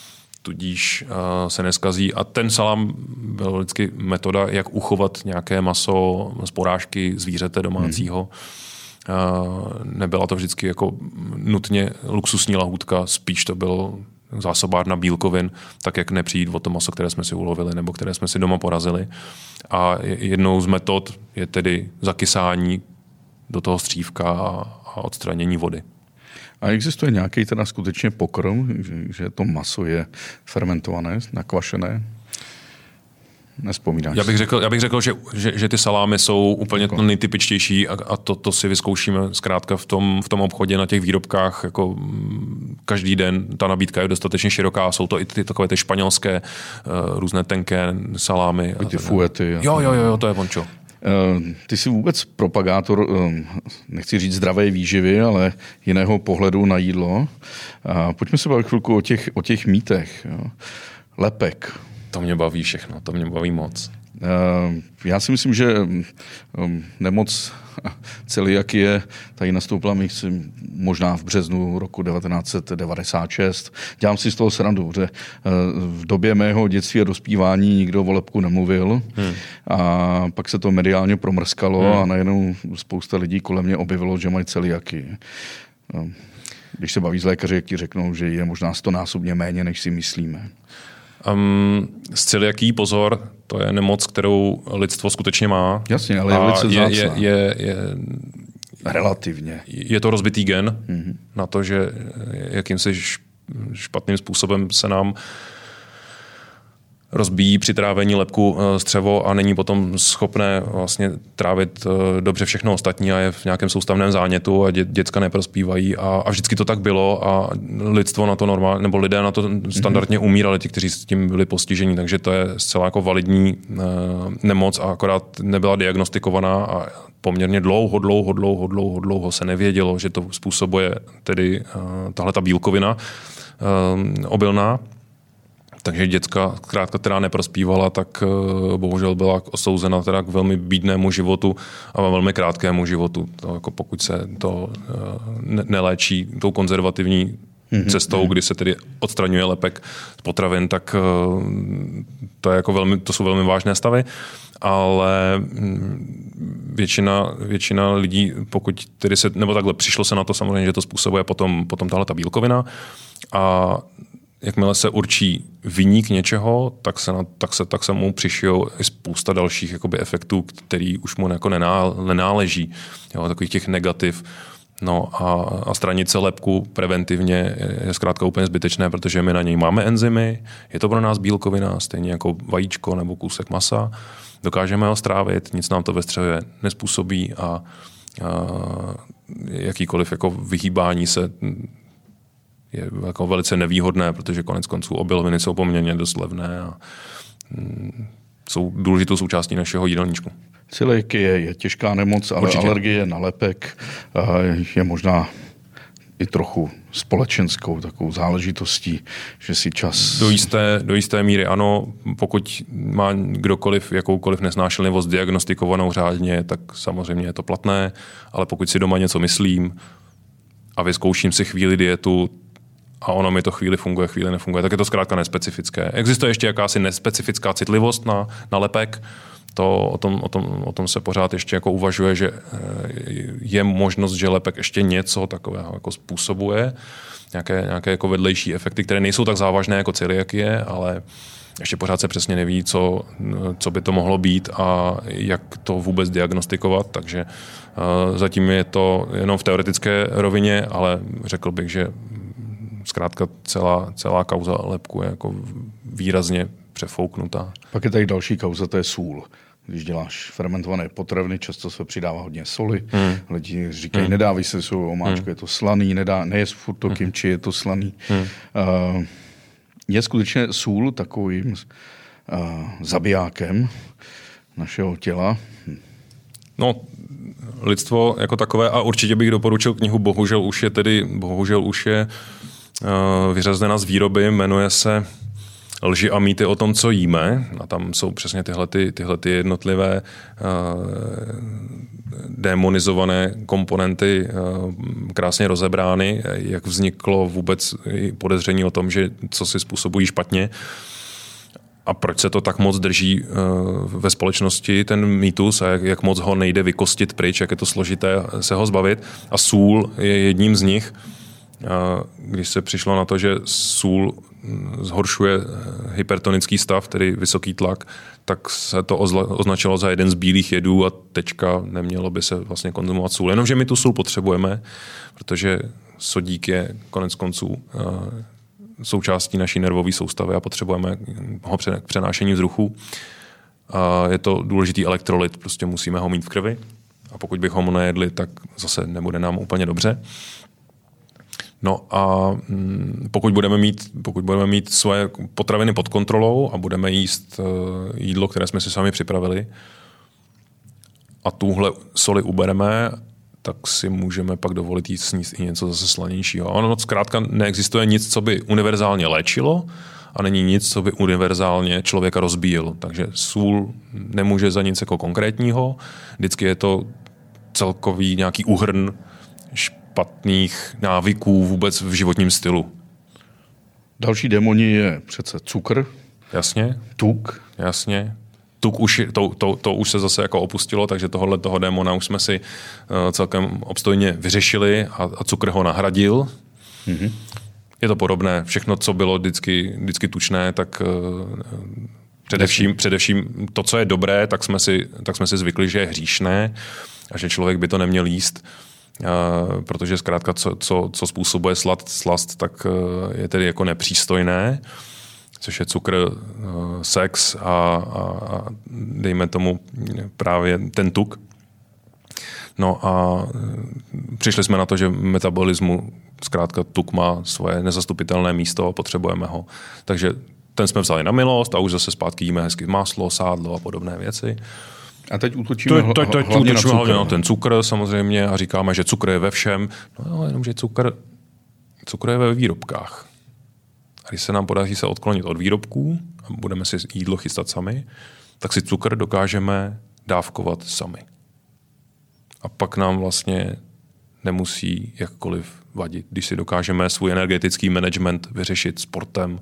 [SPEAKER 2] tudíž uh, se neskazí. A ten salám byl vždycky metoda, jak uchovat nějaké maso z porážky zvířete domácího. Hmm. Uh, nebyla to vždycky jako nutně luxusní lahůdka, spíš to byl zásobárna bílkovin, tak jak nepřijít o to maso, které jsme si ulovili nebo které jsme si doma porazili. A jednou z metod je tedy zakysání do toho střívka a odstranění vody.
[SPEAKER 1] A existuje nějaký teda skutečně pokrm, že, že to maso je fermentované, nakvašené? Nespomínáš?
[SPEAKER 2] Já bych řekl, já bych řekl že, že, že ty salámy jsou úplně to nejtypičtější a, a to, to si vyzkoušíme zkrátka v tom, v tom obchodě na těch výrobkách. Jako každý den ta nabídka je dostatečně široká. Jsou to i ty takové ty španělské uh, různé tenké salámy.
[SPEAKER 1] I ty fuety.
[SPEAKER 2] Jo, jo, jo, to je vončo.
[SPEAKER 1] Ty jsi vůbec propagátor, nechci říct zdravé výživy, ale jiného pohledu na jídlo. Pojďme se bavit chvilku o těch, o těch mýtech. Lepek.
[SPEAKER 2] To mě baví všechno, to mě baví moc.
[SPEAKER 1] Já si myslím, že nemoc celiakie tady nastoupila myslím, možná v březnu roku devatenáct set devadesát šest. Dělám si z toho srandu, že v době mého dětství a dospívání nikdo o lepku nemluvil hmm. a pak se to mediálně promrskalo hmm. a najednou spousta lidí kolem mě objevilo, že mají celiakii. Když se baví s lékaři, jak ti řeknou, že je možná stonásobně méně, než si myslíme.
[SPEAKER 2] Um, z celiakii pozor, to je nemoc, kterou lidstvo skutečně má.
[SPEAKER 1] Jasně, ale je velice
[SPEAKER 2] je, je, je, je,
[SPEAKER 1] relativně.
[SPEAKER 2] Je to rozbitý gen mm-hmm. na to, že jakýmsi špatným způsobem se nám rozbíjí při trávení lepku střevo a není potom schopné vlastně trávit dobře všechno ostatní a je v nějakém soustavném zánětu a dě, děcka neprospívají a, a vždycky to tak bylo a lidstvo na to normálně, nebo lidé na to standardně umírali, ti, kteří s tím byli postiženi, takže to je zcela jako validní uh, nemoc a akorát nebyla diagnostikovaná a poměrně dlouho, dlouho, dlouho, dlouho, dlouho se nevědělo, že to způsobuje tedy uh, tahle ta bílkovina uh, obilná. Takže děcka, zkrátka, která neprospívala, tak uh, bohužel byla osouzena teda k velmi bídnému životu a velmi krátkému životu. To, jako pokud se to uh, ne- neléčí tou konzervativní mm-hmm. cestou, kdy se tedy odstraňuje lepek z potravin, tak uh, to, je jako velmi, to jsou velmi vážné stavy. Ale většina, většina lidí, pokud tedy se, nebo takhle přišlo se na to samozřejmě, že to způsobuje potom, potom tahle ta bílkovina a jakmile se určí viník něčeho, tak se, na, tak se, tak se mu přišijou i spousta dalších jakoby, efektů, který už mu jako nená, nenáleží. Jo, takových těch negativ. No a, a stranit se lepku preventivně je, je zkrátka úplně zbytečné, protože my na něj máme enzymy, je to pro nás bílkovina, stejně jako vajíčko nebo kousek masa. Dokážeme ho strávit, nic nám to ve střevě nespůsobí a, a jakýkoliv jako vyhýbání se je jako velice nevýhodné, protože konec konců obiloviny jsou poměrně dost levné a mm, jsou důležitou součástí našeho jídelníčku.
[SPEAKER 1] Celiakie je těžká nemoc, ale určitě. Alergie na lepek je možná i trochu společenskou takovou záležitostí, že si čas...
[SPEAKER 2] Do jisté, do jisté míry ano, pokud má kdokoliv jakoukoliv nesnášenlivost diagnostikovanou řádně, tak samozřejmě je to platné, ale pokud si doma něco myslím a vyzkouším si chvíli dietu, a ono mi to chvíli funguje, chvíli nefunguje, tak je to zkrátka nespecifické. Existuje ještě jakási nespecifická citlivost na, na lepek, to o tom, o, tom, o tom se pořád ještě jako uvažuje, že je možnost, že lepek ještě něco takového jako způsobuje, nějaké, nějaké jako vedlejší efekty, které nejsou tak závažné jako celiakie, ale ještě pořád se přesně neví, co, co by to mohlo být a jak to vůbec diagnostikovat, takže uh, zatím je to jenom v teoretické rovině, ale řekl bych, že zkrátka celá, celá kauza lepku je jako výrazně přefouknutá.
[SPEAKER 1] Pak je tady další kauza, to je sůl. Když děláš fermentované potraviny, často se přidává hodně soli. Hmm. Lidi říkají, hmm. nedávej se svou omáčku, hmm. je to slaný, nedá, nejest furt to kimči, je to slaný. Hmm. Uh, je skutečně sůl takovým uh, zabijákem našeho těla?
[SPEAKER 2] No, lidstvo jako takové, a určitě bych doporučil knihu, bohužel už je tedy, bohužel už je uh, vyřazena z výroby, jmenuje se lži a mýty o tom, co jíme. A tam jsou přesně tyhle, ty, tyhle ty jednotlivé uh, demonizované komponenty uh, krásně rozebrány, jak vzniklo vůbec podezření o tom, že co si způsobují špatně. A proč se to tak moc drží uh, ve společnosti, ten mýtus, a jak, jak moc ho nejde vykostit pryč, jak je to složité se ho zbavit. A sůl je jedním z nich. Uh, když se přišlo na to, že sůl zhoršuje hypertonický stav, tedy vysoký tlak, tak se to ozla, označilo za jeden z bílých jedů a tečka, nemělo by se vlastně konzumovat sůl. Jenomže my tu sůl potřebujeme, protože sodík je konec konců uh, součástí naší nervové soustavy a potřebujeme ho k přenášení vzruchu. A je to důležitý elektrolyt, prostě musíme ho mít v krvi a pokud bychom ho nejedli, tak zase nebude nám úplně dobře. No a pokud budeme mít, pokud budeme mít svoje potraviny pod kontrolou a budeme jíst jídlo, které jsme si sami připravili a tuhle soli ubereme, tak si můžeme pak dovolit jít sníst i něco zase slanějšího. Ono zkrátka neexistuje nic, co by univerzálně léčilo a není nic, co by univerzálně člověka rozbíjelo. Takže sůl nemůže za nic jako konkrétního. Vždycky je to celkový nějaký úhrn špatných návyků vůbec v životním stylu.
[SPEAKER 1] Další démoni je přece cukr.
[SPEAKER 2] Jasně.
[SPEAKER 1] Tuk.
[SPEAKER 2] Jasně. Tuk už, to, to, to už se zase jako opustilo, takže tohohle toho démona už jsme si uh, celkem obstojně vyřešili a, a cukr ho nahradil. Mm-hmm. Je to podobné. Všechno, co bylo vždycky, vždycky tučné, tak uh, především, především to, co je dobré, tak jsme, si, tak jsme si zvykli, že je hříšné a že člověk by to neměl jíst. Uh, protože zkrátka, co, co, co způsobuje slad, slast, tak uh, je tedy jako nepřístojné, což je cukr, sex a, a, a dejme tomu právě ten tuk. No a přišli jsme na to, že v metabolismu zkrátka tuk má svoje nezastupitelné místo a potřebujeme ho. Takže ten jsme vzali na milost a už zase zpátky jíme hezky máslo, sádlo a podobné věci.
[SPEAKER 1] A teď útočíme hlavně, teď, teď hlavně, na
[SPEAKER 2] hlavně na ten cukr samozřejmě a říkáme, že cukr je ve všem. No jenomže cukr, cukr je ve výrobkách. A když se nám podaří se odklonit od výrobků a budeme si jídlo chystat sami, tak si cukr dokážeme dávkovat sami. A pak nám vlastně nemusí jakkoliv vadit, když si dokážeme svůj energetický management vyřešit sportem,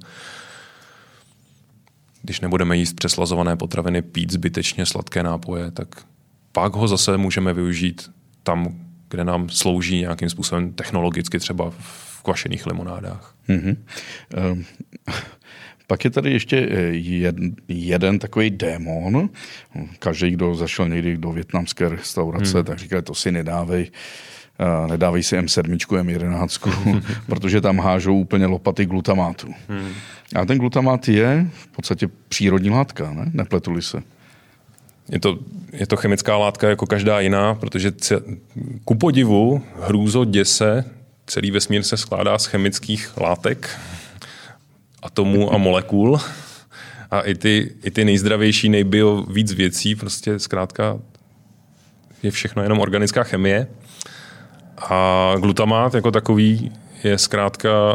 [SPEAKER 2] když nebudeme jíst přeslazované potraviny, pít zbytečně sladké nápoje, tak pak ho zase můžeme využít tam, kde nám slouží nějakým způsobem technologicky, třeba v kvašených limonádách. Mm-hmm.
[SPEAKER 1] Um, pak je tady ještě jed, jeden takový démon. Každý, kdo zašel někdy do vietnamské restaurace, hmm. tak říkali, to si nedávej, uh, nedávej si em sedm, em jedenáct, protože tam hážou úplně lopaty glutamátu. Hmm. A ten glutamát je v podstatě přírodní látka, ne? Nepletuli se.
[SPEAKER 2] Je to, je to chemická látka jako každá jiná, protože ku podivu hrůzo děse celý vesmír se skládá z chemických látek, atomů a molekul. A i ty, i ty nejzdravější, nejbio víc věcí, prostě zkrátka je všechno jenom organická chemie. A glutamát jako takový je zkrátka,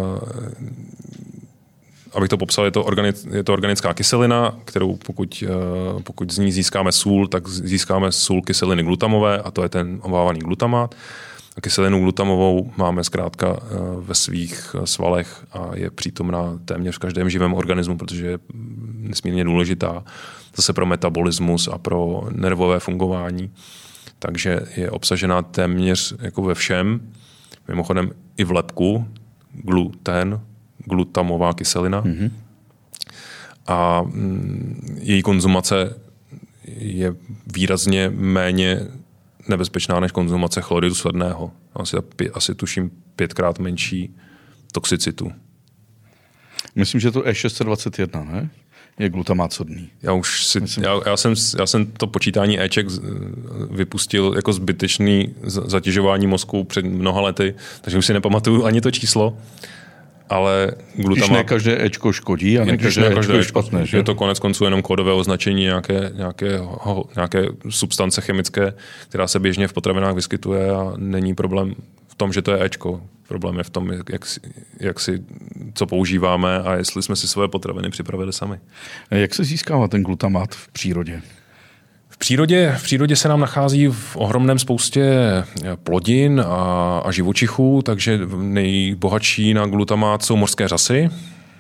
[SPEAKER 2] abych to popsal, je to, organic, je to organická kyselina, kterou pokud, pokud z ní získáme sůl, tak získáme sůl kyseliny glutamové a to je ten obávaný glutamát. A kyselinu glutamovou máme zkrátka ve svých svalech a je přítomná téměř v každém živém organismu, protože je nesmírně důležitá zase pro metabolismus a pro nervové fungování. Takže je obsažená téměř jako ve všem. Mimochodem i v lepku gluten, glutamová kyselina. Mm-hmm. A její konzumace je výrazně méně nebezpečná než konzumace chloridu sledného. Asi, asi tuším pětkrát menší toxicitu.
[SPEAKER 1] Myslím, že to E šest set dvacet jedna, ne? Je glutamát sodný.
[SPEAKER 2] Já už si, já, já, jsem, já jsem to počítání Eček vypustil jako zbytečný zatěžování mozku před mnoha lety, takže už si nepamatuju ani to číslo. Ale glutamát...
[SPEAKER 1] Když ne každé Ečko škodí a ne každé, ne každé Ečko je špatné. Že?
[SPEAKER 2] Je to konec konců jenom kódové označení nějaké, nějaké, nějaké substance chemické, která se běžně v potravinách vyskytuje a není problém v tom, že to je Ečko. Problém je v tom, jak, jak, si, jak si co používáme a jestli jsme si svoje potraviny připravili sami.
[SPEAKER 1] Jak se získává ten glutamát v přírodě?
[SPEAKER 2] V přírodě, v přírodě se nám nachází v ohromném spoustě plodin a, a živočichů, takže nejbohatší na glutamát jsou mořské řasy,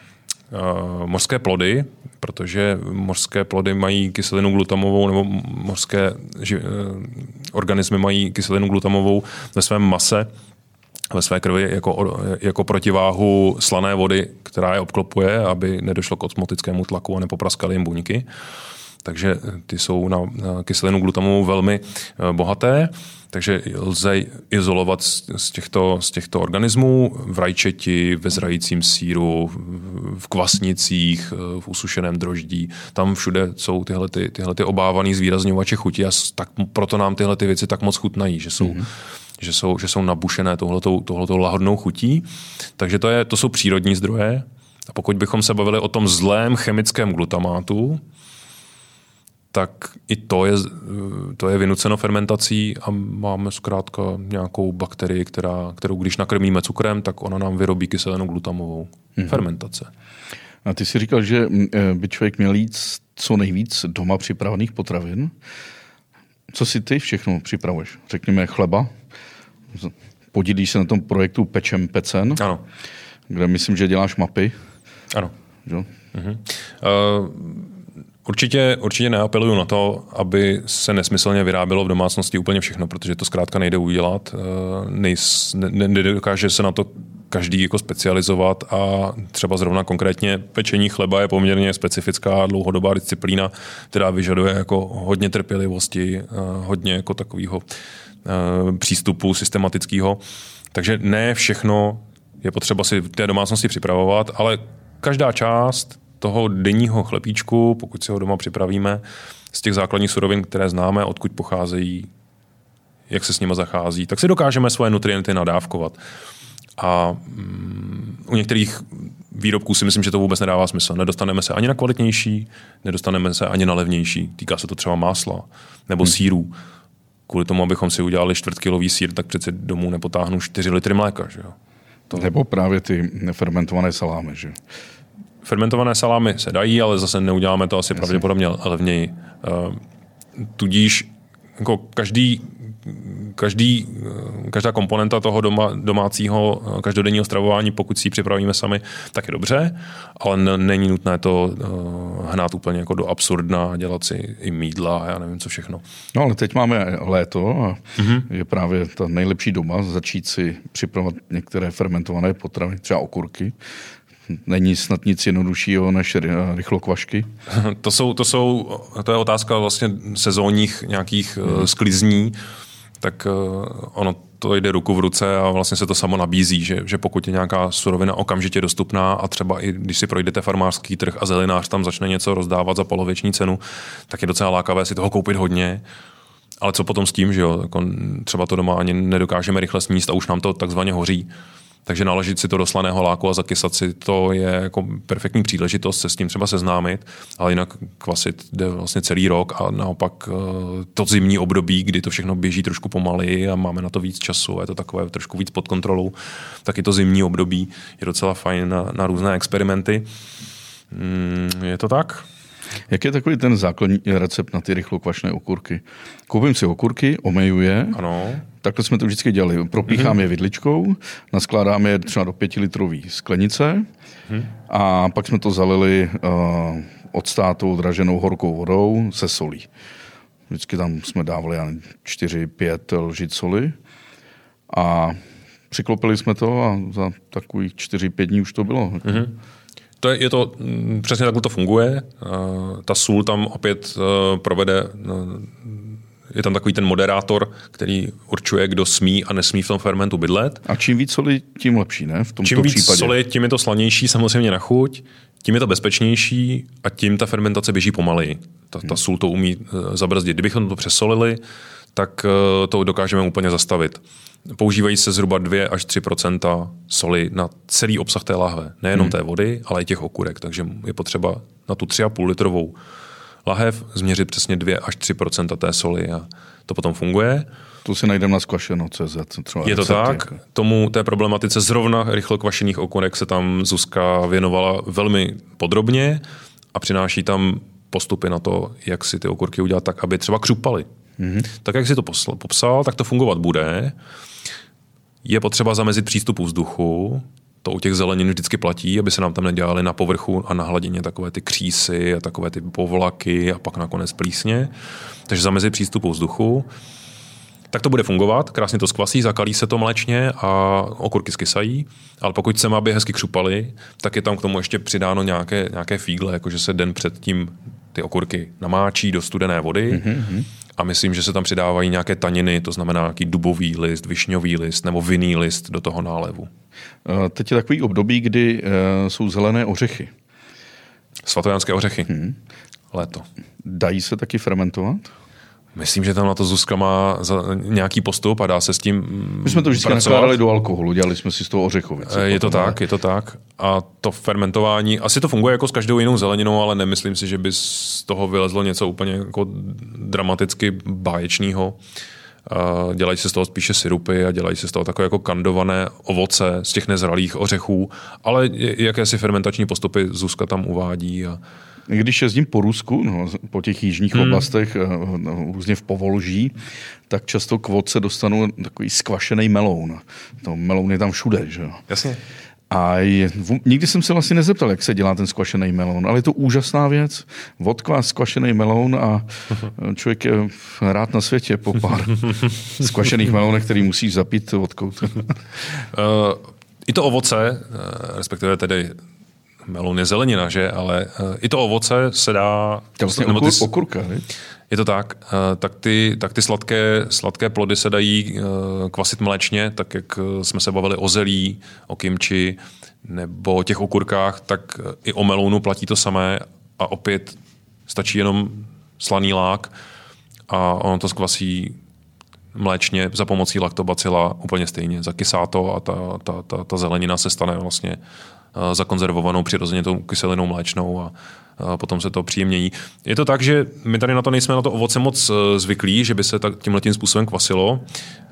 [SPEAKER 2] mořské plody, protože mořské plody mají kyselinu glutamovou, nebo mořské ži, organismy mají kyselinu glutamovou ve svém mase, ve své krvi jako, jako protiváhu slané vody, která je obklopuje, aby nedošlo k osmotickému tlaku a nepopraskaly jim buňky. Takže ty jsou na, na kyselinu glutamovou velmi bohaté, takže lze izolovat z těchto, z těchto organismů v rajčeti, ve zrajícím sýru, v kvasnicích, v usušeném droždí. Tam všude jsou tyhle, ty, tyhle ty obávaný zvýrazňovače chuti a tak, proto nám tyhle ty věci tak moc chutnají, že jsou, mm-hmm. že jsou, že jsou nabušené tohletou, tohletou lahodnou chutí. Takže to, je, to jsou přírodní zdroje. A pokud bychom se bavili o tom zlém chemickém glutamátu, tak i to je, to je vynuceno fermentací a máme zkrátka nějakou bakterii, která, kterou když nakrmíme cukrem, tak ona nám vyrobí kyselinu glutamovou. Mm-hmm. Fermentace.
[SPEAKER 1] A ty jsi říkal, že by člověk měl jít co nejvíc doma připravených potravin. Co si ty všechno připravuješ? Řekněme chleba. Podílíš se na tom projektu Pečem Pecen,
[SPEAKER 2] ano.
[SPEAKER 1] Kde myslím, že děláš mapy.
[SPEAKER 2] Ano.
[SPEAKER 1] Jo?
[SPEAKER 2] Mm-hmm. Uh, Určitě, určitě neapeluju na to, aby se nesmyslně vyrábělo v domácnosti úplně všechno, protože to zkrátka nejde udělat. Nejs, ne, nedokáže se na to každý jako specializovat a třeba zrovna konkrétně pečení chleba je poměrně specifická dlouhodobá disciplína, která vyžaduje jako hodně trpělivosti, hodně jako takového přístupu systematického. Takže ne všechno je potřeba si v té domácnosti připravovat, ale každá část toho denního chlebíčku, pokud si ho doma připravíme, z těch základních surovin, které známe, odkud pocházejí, jak se s nimi zachází, tak si dokážeme svoje nutrienty nadávkovat. A um, u některých výrobků si myslím, že to vůbec nedává smysl. Nedostaneme se ani na kvalitnější, nedostaneme se ani na levnější. Týká se to třeba másla nebo hmm. sýrů. Kvůli tomu, abychom si udělali čtvrtkilový sýr, tak přece domů nepotáhnu čtyři litry mléka. Že jo? To...
[SPEAKER 1] Nebo právě ty fermentované salámy, že?
[SPEAKER 2] Fermentované salámy se dají, ale zase neuděláme to asi Jasně. pravděpodobně levněji. Tudíž jako každý, každý, každá komponenta toho doma, domácího každodenního stravování, pokud si ji připravíme sami, tak je dobře, ale n- není nutné to hnát úplně jako do absurdna, dělat si i mýdla a já nevím, co všechno.
[SPEAKER 1] No ale teď máme léto a mm-hmm. je právě ta nejlepší doba začít si připravovat některé fermentované potraviny, třeba okurky. Není snad nic jednoduššího než rychlokvašky?
[SPEAKER 2] To jsou, to jsou, to je otázka vlastně sezónních nějakých hmm. sklizní, tak ono to jde ruku v ruce a vlastně se to samo nabízí, že, že pokud je nějaká surovina okamžitě dostupná a třeba i když si projdete farmářský trh a zelinář tam začne něco rozdávat za poloviční cenu, tak je docela lákavé si toho koupit hodně. Ale co potom s tím, že jo? Třeba to doma ani nedokážeme rychle sníst a už nám to takzvaně hoří. Takže naložit si to do slaného láku a zakysat si to je jako perfektní příležitost se s tím třeba seznámit, ale jinak kvasit jde vlastně celý rok a naopak to zimní období, kdy to všechno běží trošku pomaleji a máme na to víc času a je to takové trošku víc pod kontrolou, tak i to zimní období je docela fajn na, na různé experimenty. Hmm, je to tak?
[SPEAKER 1] Jak je takový ten základní recept na ty rychlokvašné okurky? Koupím si okurky, omeju je.
[SPEAKER 2] Ano.
[SPEAKER 1] Takhle jsme to vždycky dělali. Propíchám mm-hmm. je vidličkou, naskládáme je třeba do pětilitrové sklenice mm-hmm. a pak jsme to zalili uh, odstátou draženou horkou vodou se solí. Vždycky tam jsme dávali čtyři pět lžic soli a přiklopili jsme to a za takových čtyři pět dní už to bylo. Mm-hmm.
[SPEAKER 2] To je, je to, přesně takhle to funguje. Uh, ta sůl tam opět uh, provede, uh, je tam takový ten moderátor, který určuje, kdo smí a nesmí v tom fermentu bydlet.
[SPEAKER 1] A čím víc soli, tím lepší, ne? V tomto
[SPEAKER 2] čím víc
[SPEAKER 1] případě.
[SPEAKER 2] soli, tím je to slanější samozřejmě na chuť, tím je to bezpečnější a tím ta fermentace běží pomaleji. Ta, ta sůl to umí uh, zabrzdit. Kdybychom to přesolili, tak uh, to dokážeme úplně zastavit. Používají se zhruba dva až tři procenta soli na celý obsah té lahve. Nejenom hmm. té vody, ale i těch okurek. Takže je potřeba na tu tři a půl litrovou lahev změřit přesně dva až tři procenta té soli a to potom funguje.
[SPEAKER 1] To si najdeme na skvašeno tečka cé zet. Třeba
[SPEAKER 2] je to
[SPEAKER 1] recepty,
[SPEAKER 2] tak.
[SPEAKER 1] jako.
[SPEAKER 2] Tomu té problematice zrovna rychlo kvašených okurek se tam Zuzka věnovala velmi podrobně a přináší tam postupy na to, jak si ty okurky udělat tak, aby třeba křupaly. Mm-hmm. Tak, jak si to posl- popsal, tak to fungovat bude. Je potřeba zamezit přístupu vzduchu. To u těch zelenin vždycky platí, aby se nám tam nedělaly na povrchu a na hladině takové ty křísy a takové ty povlaky a pak nakonec plísně. Takže zamezit přístupu vzduchu. Tak to bude fungovat, krásně to skvasí, zakalí se to mléčně a okurky skysají, ale pokud chceme, aby hezky křupaly, tak je tam k tomu ještě přidáno nějaké, nějaké fígle, jakože se den předtím ty okurky namáčí do studené vody mm-hmm. a myslím, že se tam přidávají nějaké taniny, to znamená nějaký dubový list, višňový list nebo vinný list do toho nálevu.
[SPEAKER 1] Teď je takový období, kdy uh, jsou zelené ořechy.
[SPEAKER 2] Svatojánské ořechy. Mm-hmm. Léto.
[SPEAKER 1] Dají se taky fermentovat?
[SPEAKER 2] Myslím, že tam na to Zuzka má za nějaký postup a dá se s tím
[SPEAKER 1] My jsme to vždycky nakládali do alkoholu, dělali jsme si z toho ořechovice.
[SPEAKER 2] Je to tak, je to tak. A to fermentování, asi to funguje jako s každou jinou zeleninou, ale nemyslím si, že by z toho vylezlo něco úplně jako dramaticky báječného. Dělají se z toho spíše sirupy a dělají se z toho takové jako kandované ovoce z těch nezralých ořechů, ale jakési fermentační postupy Zuzka tam uvádí a
[SPEAKER 1] když jezdím po Rusku, no, po těch jižních hmm. oblastech, no, různě v Povolží, tak často k vodce dostanu takový skvašený meloun. To meloun je tam všude, že jo.
[SPEAKER 2] Jasně.
[SPEAKER 1] A je, nikdy jsem se vlastně nezeptal, jak se dělá ten skvašený meloun, ale je to úžasná věc. Vodka, skvašený meloun a člověk je rád na světě po pár skvašených melounech, který musíš zapít vodkou. uh,
[SPEAKER 2] I to ovoce, respektive tedy meloun je zelenina, že? Ale uh, i to ovoce se dá...
[SPEAKER 1] To vlastně okur, ty, okurka, ne?
[SPEAKER 2] Je to tak. Uh, tak ty, tak ty sladké, sladké plody se dají uh, kvasit mléčně, tak jak jsme se bavili o zelí, o kimči nebo o těch okurkách, tak uh, i o melounu platí to samé a opět stačí jenom slaný lák a ono to skvasí mléčně za pomocí laktobacila úplně stejně. Zakysá to a ta, ta, ta, ta zelenina se stane vlastně zakonzervovanou přirozeně tou kyselinou mléčnou a, a potom se to příjemnějí. Je to tak, že my tady na to nejsme na to ovoce moc zvyklí, že by se tak tímhletím způsobem kvasilo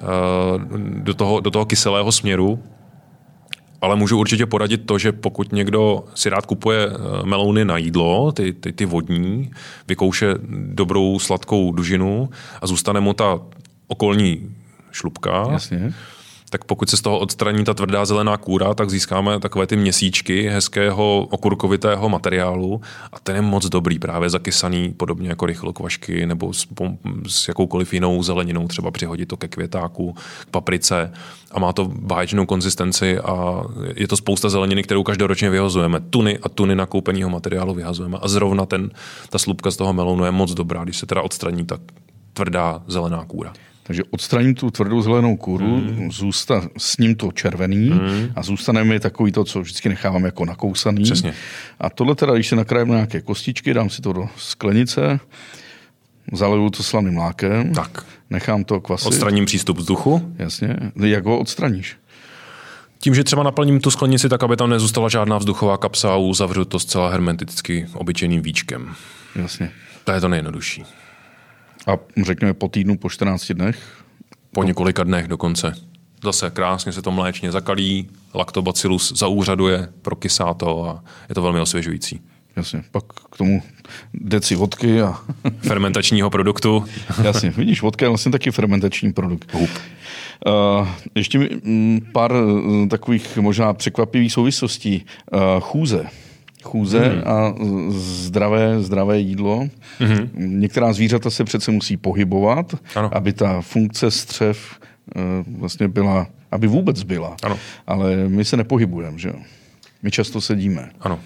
[SPEAKER 2] do toho, do toho kyselého směru, ale můžu určitě poradit to, že pokud někdo si rád kupuje melouny na jídlo, ty, ty, ty vodní, vykouše dobrou sladkou dužinu a zůstane mu ta okolní šlupka,
[SPEAKER 1] jasně,
[SPEAKER 2] tak pokud se z toho odstraní ta tvrdá zelená kůra, tak získáme takové ty měsíčky hezkého okurkovitého materiálu a ten je moc dobrý, právě zakysaný, podobně jako rychlokvašky nebo s, s jakoukoliv jinou zeleninou, třeba přihodit to ke květáku, k paprice a má to báječnou konzistenci a je to spousta zeleniny, kterou každoročně vyhazujeme. Tuny a tuny nakoupeného materiálu vyhazujeme a zrovna ten, ta slupka z toho melounu je moc dobrá, když se teda odstraní ta tvrdá zelená kůra.
[SPEAKER 1] Takže odstraním tu tvrdou zelenou kůru, mm. zůsta, s ním to červený mm. a zůstane mi takový to, co vždycky nechávám jako nakousaný.
[SPEAKER 2] Přesně.
[SPEAKER 1] A tohle teda, když se nakrájím na nějaké kostičky, dám si to do sklenice, zaleju to slaným mlákem,
[SPEAKER 2] tak.
[SPEAKER 1] Nechám to kvasit.
[SPEAKER 2] Odstraním přístup vzduchu.
[SPEAKER 1] Jasně. Jak ho odstraníš?
[SPEAKER 2] Tím, že třeba naplním tu sklenici tak, aby tam nezůstala žádná vzduchová kapsa a uzavřu to zcela hermeticky obyčejným víčkem.
[SPEAKER 1] Jasně.
[SPEAKER 2] To je to nejjednodušší.
[SPEAKER 1] A řekněme po týdnu, po čtrnácti dnech?
[SPEAKER 2] Po několika dnech dokonce. Zase krásně se to mléčně zakalí, laktobacillus zaúřaduje, prokysá to a je to velmi osvěžující.
[SPEAKER 1] Jasně, pak k tomu deci vodky a...
[SPEAKER 2] fermentačního produktu.
[SPEAKER 1] Jasně, vidíš, vodka je vlastně taky fermentační produkt.
[SPEAKER 2] Hup.
[SPEAKER 1] Uh, ještě pár uh, takových možná překvapivých souvislostí. Uh, chůze. Chůze mm. a zdravé, zdravé jídlo. Mm-hmm. Některá zvířata se přece musí pohybovat, ano. aby ta funkce střev uh, vlastně byla, aby vůbec byla.
[SPEAKER 2] Ano.
[SPEAKER 1] Ale my se nepohybujeme, že jo? My často sedíme.
[SPEAKER 2] Ano.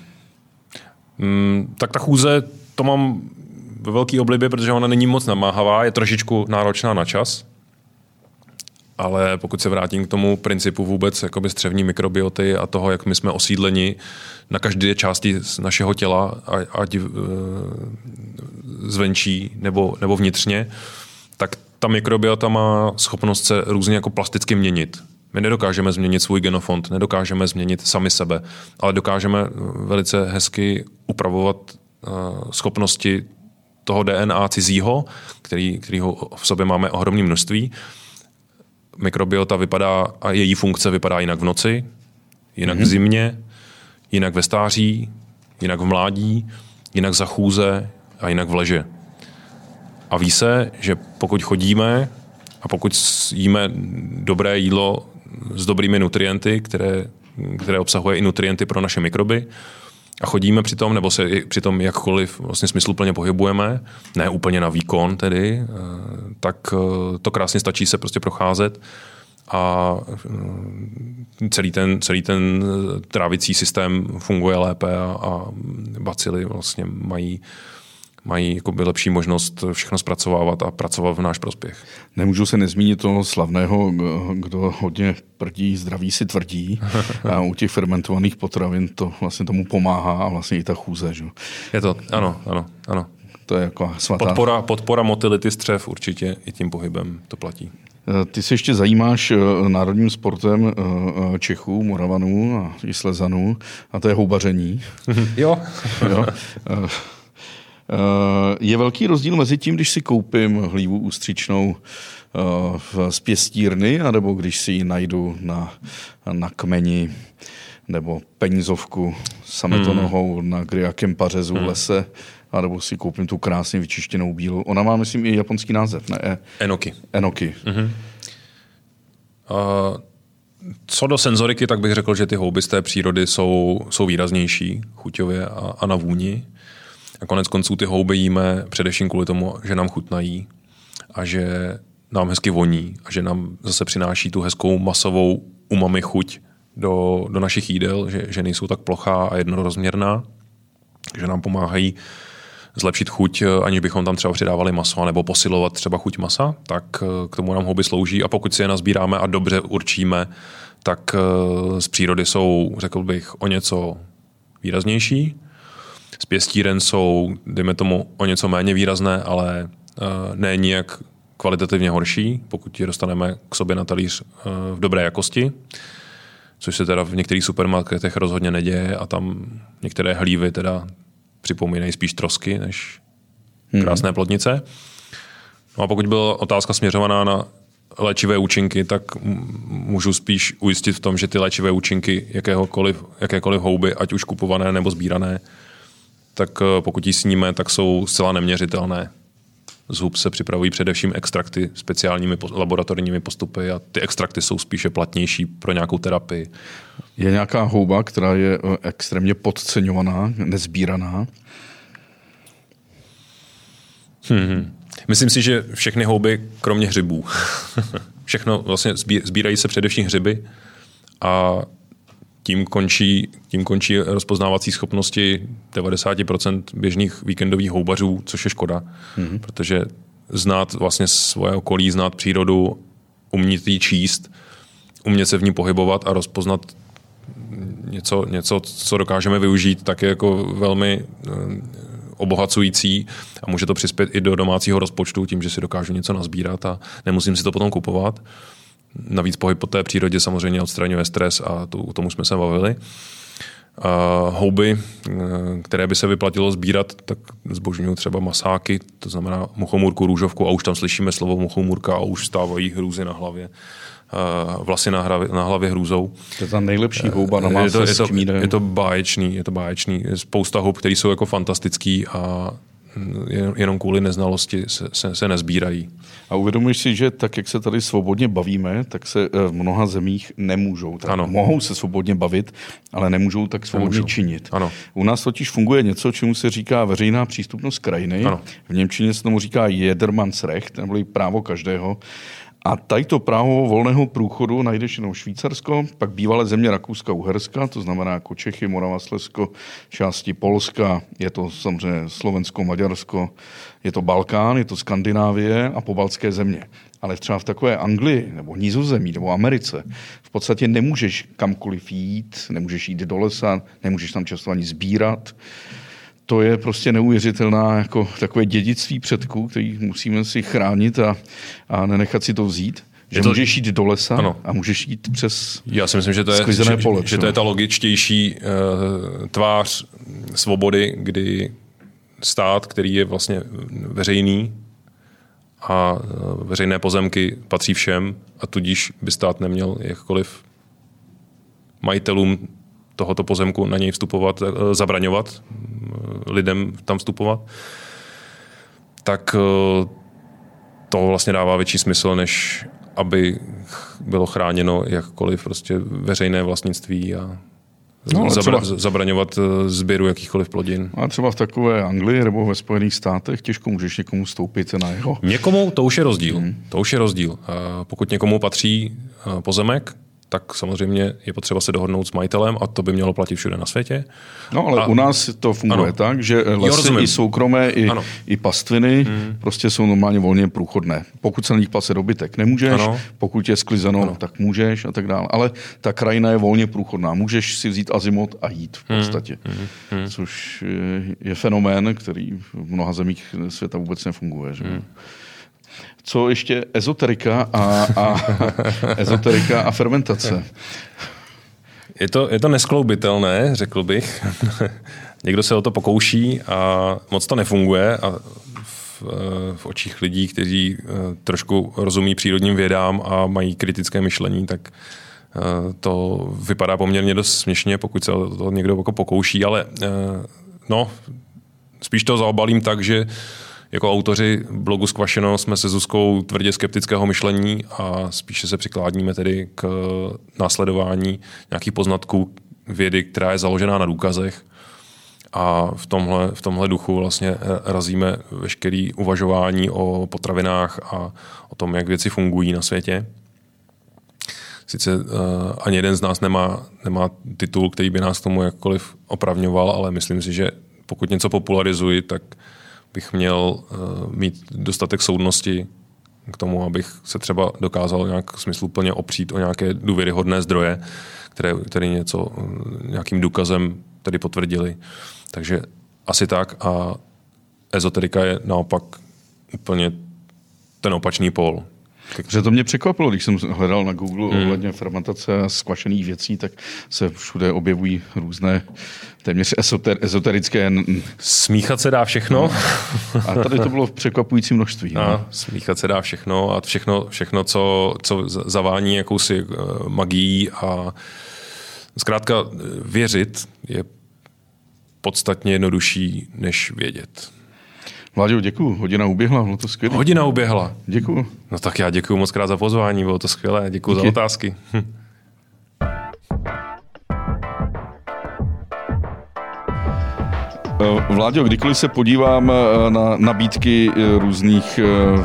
[SPEAKER 2] Mm, tak ta chůze, to mám ve velký oblibě, protože ona není moc namáhavá, je trošičku náročná na čas. Ale pokud se vrátím k tomu principu vůbec jakoby střevní mikrobioty a toho, jak my jsme osídleni na každé části z našeho těla, ať zvenčí nebo, nebo vnitřně, tak ta mikrobiota má schopnost se různě jako plasticky měnit. My nedokážeme změnit svůj genofond, nedokážeme změnit sami sebe, ale dokážeme velice hezky upravovat schopnosti toho D N A cizího, který, kterýho v sobě máme ohromné množství. Mikrobiota vypadá a její funkce vypadá jinak v noci, jinak mm-hmm. v zimě, jinak ve stáří, jinak v mládí, jinak za chůze a jinak v leže. A ví se, že pokud chodíme a pokud jíme dobré jídlo s dobrými nutrienty, které, které obsahuje i nutrienty pro naše mikroby, a chodíme přitom, nebo se přitom jakkoliv vlastně smysluplně pohybujeme, ne úplně na výkon tedy, tak to krásně stačí se prostě procházet a celý ten, celý ten trávicí systém funguje lépe a, a bacily vlastně mají mají jakoby lepší možnost všechno zpracovávat a pracovat v náš prospěch.
[SPEAKER 1] Nemůžu se nezmínit toho slavného, kdo hodně prdí, zdraví si tvrdí. A u těch fermentovaných potravin to vlastně tomu pomáhá a vlastně i ta chůze. Že?
[SPEAKER 2] Je to, ano, ano, ano.
[SPEAKER 1] To je jako svatá.
[SPEAKER 2] Podpora, podpora motility střev určitě i tím pohybem to platí.
[SPEAKER 1] Ty se ještě zajímáš národním sportem Čechů, Moravanů a i Slezanů a to je houbaření.
[SPEAKER 2] Jo.
[SPEAKER 1] jo. Je velký rozdíl mezi tím, když si koupím hlívu ústřičnou z pěstírny, anebo když si ji najdu na, na kmeni, nebo penízovku sametonohou hmm. na nějakém pařezu v lese, anebo si koupím tu krásně vyčištěnou bílou. Ona má, myslím, i japonský název, ne?
[SPEAKER 2] Enoki.
[SPEAKER 1] Enoki.
[SPEAKER 2] Mm-hmm. Uh, co do senzoriky, tak bych řekl, že ty houby z té přírody jsou, jsou výraznější chuťově a, a na vůni. A konec konců ty houby jíme především kvůli tomu, že nám chutnají a že nám hezky voní a že nám zase přináší tu hezkou masovou umami chuť do, do našich jídel, že, že nejsou tak plochá a jednorozměrná, že nám pomáhají zlepšit chuť, aniž bychom tam třeba přidávali maso nebo posilovat třeba chuť masa, tak k tomu nám houby slouží a pokud si je nazbíráme a dobře určíme, tak z přírody jsou, řekl bych, o něco výraznější. Z pěstíren jsou, dejme tomu, o něco méně výrazné, ale uh, ne nijak kvalitativně horší, pokud je dostaneme k sobě na talíř uh, v dobré jakosti, což se teda v některých supermarketech rozhodně neděje a tam některé hlívy teda připomínají spíš trosky než krásné hmm. plodnice. No a pokud byla otázka směřovaná na léčivé účinky, tak můžu spíš ujistit v tom, že ty léčivé účinky jakéhokoliv, jakékoliv houby, ať už kupované nebo sbírané, tak pokud ji sníme, tak jsou zcela neměřitelné. Z hub se připravují především extrakty speciálními laboratorními postupy a ty extrakty jsou spíše platnější pro nějakou terapii.
[SPEAKER 1] Je nějaká houba, která je extrémně podceňovaná, nezbíraná?
[SPEAKER 2] Hmm. Myslím si, že všechny houby, kromě hřibů. Všechno vlastně sbírají se především hřiby a tím končí, tím končí rozpoznávací schopnosti devadesát procent běžných víkendových houbařů, což je škoda, mm-hmm. protože znát vlastně svoje okolí, znát přírodu, umět ji číst, umět se v ní pohybovat a rozpoznat něco, něco, co dokážeme využít, tak je jako velmi obohacující a může to přispět i do domácího rozpočtu tím, že si dokážu něco nazbírat a nemusím si to potom kupovat. Navíc pohyb po té přírodě samozřejmě odstraňuje stres a to, o tomu jsme se bavili. A houby, které by se vyplatilo sbírat, tak zbožňují třeba masáky, to znamená muchomůrku, růžovku a už tam slyšíme slovo muchomůrka a už vstávají hrůzy na hlavě. Vlasy na hlavě, na hlavě hrůzou.
[SPEAKER 1] To je ta nejlepší houba na másle
[SPEAKER 2] je to,
[SPEAKER 1] s kmínem.
[SPEAKER 2] Je to báječný, je to báječný. Je spousta houb, které jsou jako fantastický a jenom kvůli neznalosti se, se, se nezbírají.
[SPEAKER 1] A uvědomuješ si, že tak, jak se tady svobodně bavíme, tak se v mnoha zemích nemůžou. Tak ano. Mohou se svobodně bavit, ale nemůžou tak svobodně nemůžou. činit.
[SPEAKER 2] Ano.
[SPEAKER 1] U nás totiž funguje něco, čemu se říká veřejná přístupnost krajiny. Ano. V němčině se tomu říká Jedermannsrecht, neboli právo každého. A tady to právo volného průchodu najdeš jenom Švýcarsko, pak bývalé země Rakouska-Uherska, to znamená jako Čechy, Morava, Slezsko, části Polska, je to samozřejmě Slovensko, Maďarsko, je to Balkán, je to Skandinávie a pobaltské země. Ale třeba v takové Anglii nebo Nizozemí nebo Americe v podstatě nemůžeš kamkoliv jít, nemůžeš jít do lesa, nemůžeš tam často ani sbírat. To je prostě neuvěřitelná jako takové dědictví předků, který musíme si chránit a, a nenechat si to vzít. Že to, můžeš jít do lesa ano. a můžeš jít přes
[SPEAKER 2] Já si myslím, že to je, že,
[SPEAKER 1] pole.
[SPEAKER 2] Že, že to je ta logičtější uh, tvář svobody, kdy stát, který je vlastně veřejný a veřejné pozemky patří všem a tudíž by stát neměl jakkoliv majitelům tohoto pozemku na něj vstupovat, zabraňovat lidem tam vstupovat, tak to vlastně dává větší smysl, než aby bylo chráněno jakkoliv prostě veřejné vlastnictví a no, zabra- třeba, zabraňovat sběru jakýchkoliv plodin.
[SPEAKER 1] A třeba v takové Anglii nebo ve Spojených státech těžko můžeš někomu stoupit na jeho.
[SPEAKER 2] Někomu to už je rozdíl. Hmm. To už je rozdíl. Pokud někomu patří pozemek, tak samozřejmě je potřeba se dohodnout s majitelem a to by mělo platit všude na světě.
[SPEAKER 1] No ale a u nás to funguje ano. tak, že lesy jo, i soukromé, i, i pastviny hmm. prostě jsou normálně volně průchodné. Pokud se na nich pase dobytek, nemůžeš, ano. pokud je sklizeno, ano. tak můžeš a tak dále. Ale ta krajina je volně průchodná. Můžeš si vzít azimut a jít v podstatě. Hmm. Hmm. Což je fenomén, který v mnoha zemích světa vůbec nefunguje. Že? Hmm. Co ještě ezoterika a, a ezoterika a fermentace?
[SPEAKER 2] Je to, je to neskloubitelné, řekl bych. Někdo se o to pokouší a moc to nefunguje a v, v očích lidí, kteří trošku rozumí přírodním vědám a mají kritické myšlení, tak to vypadá poměrně dost směšně, pokud se o to někdo pokouší, ale no, spíš to zaobalím tak, že jako autoři blogu Skvašeno jsme se Zuzkou tvrdě skeptického myšlení a spíše se přikládíme tedy k následování nějakých poznatků vědy, která je založená na důkazech. A v tomhle, v tomhle duchu vlastně razíme veškeré uvažování o potravinách a o tom, jak věci fungují na světě. Sice uh, ani jeden z nás nemá, nemá titul, který by nás k tomu jakkoliv opravňoval, ale myslím si, že pokud něco popularizuji, tak bych měl uh, mít dostatek soudnosti k tomu, abych se třeba dokázal nějak smysluplně opřít o nějaké důvěryhodné zdroje, které, které něco uh, nějakým důkazem tedy potvrdili. Takže asi tak a ezoterika je naopak úplně ten opačný pól.
[SPEAKER 1] Že to mě překvapilo, když jsem hledal na Google hmm. ohledně fermentace a skvašených věcí, tak se všude objevují různé téměř esoter, ezoterické...
[SPEAKER 2] Smíchat se dá všechno.
[SPEAKER 1] A tady to bylo v překvapující množství.
[SPEAKER 2] A no? Smíchat se dá všechno a všechno, všechno co, co zavání jakousi magií a zkrátka věřit je podstatně jednodušší, než vědět.
[SPEAKER 1] Vláďo, děkuju. Hodina uběhla, bylo to skvělé.
[SPEAKER 2] Hodina uběhla.
[SPEAKER 1] Děkuju.
[SPEAKER 2] No tak já děkuju moc krát za pozvání, bylo to skvělé. Děkuju Díky. za otázky. Hm.
[SPEAKER 1] Vláďo, kdykoliv se podívám na nabídky různých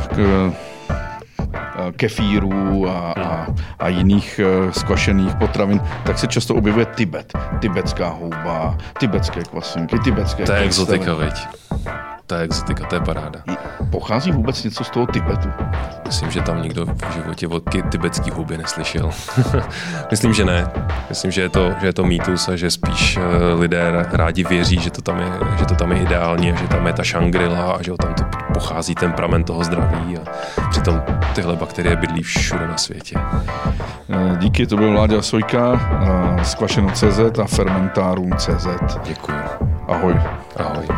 [SPEAKER 1] kefírů a, a, a jiných skvašených potravin, tak se často objevuje Tibet. Tibetská houba, tibetské kvasinky, tibetské...
[SPEAKER 2] To je exotika, veď. To je exotika, to je paráda.
[SPEAKER 1] Pochází vůbec něco z toho Tibetu?
[SPEAKER 2] Myslím, že tam nikdo v životě o tibetský houbě neslyšel. Myslím, že ne. Myslím, že je to, že je to mýtus a že spíš lidé rádi věří, že to tam je, že to tam je ideální a že tam je ta Shangri-La a že tam to pochází ten pramen toho zdraví a přitom tyhle bakterie bydlí všude na světě.
[SPEAKER 1] Díky, to byl Vláďa Sojka, Skvašeno tečka cé zet a Fermentárum tečka cé zet.
[SPEAKER 2] Děkuji.
[SPEAKER 1] Ahoj.
[SPEAKER 2] Ahoj.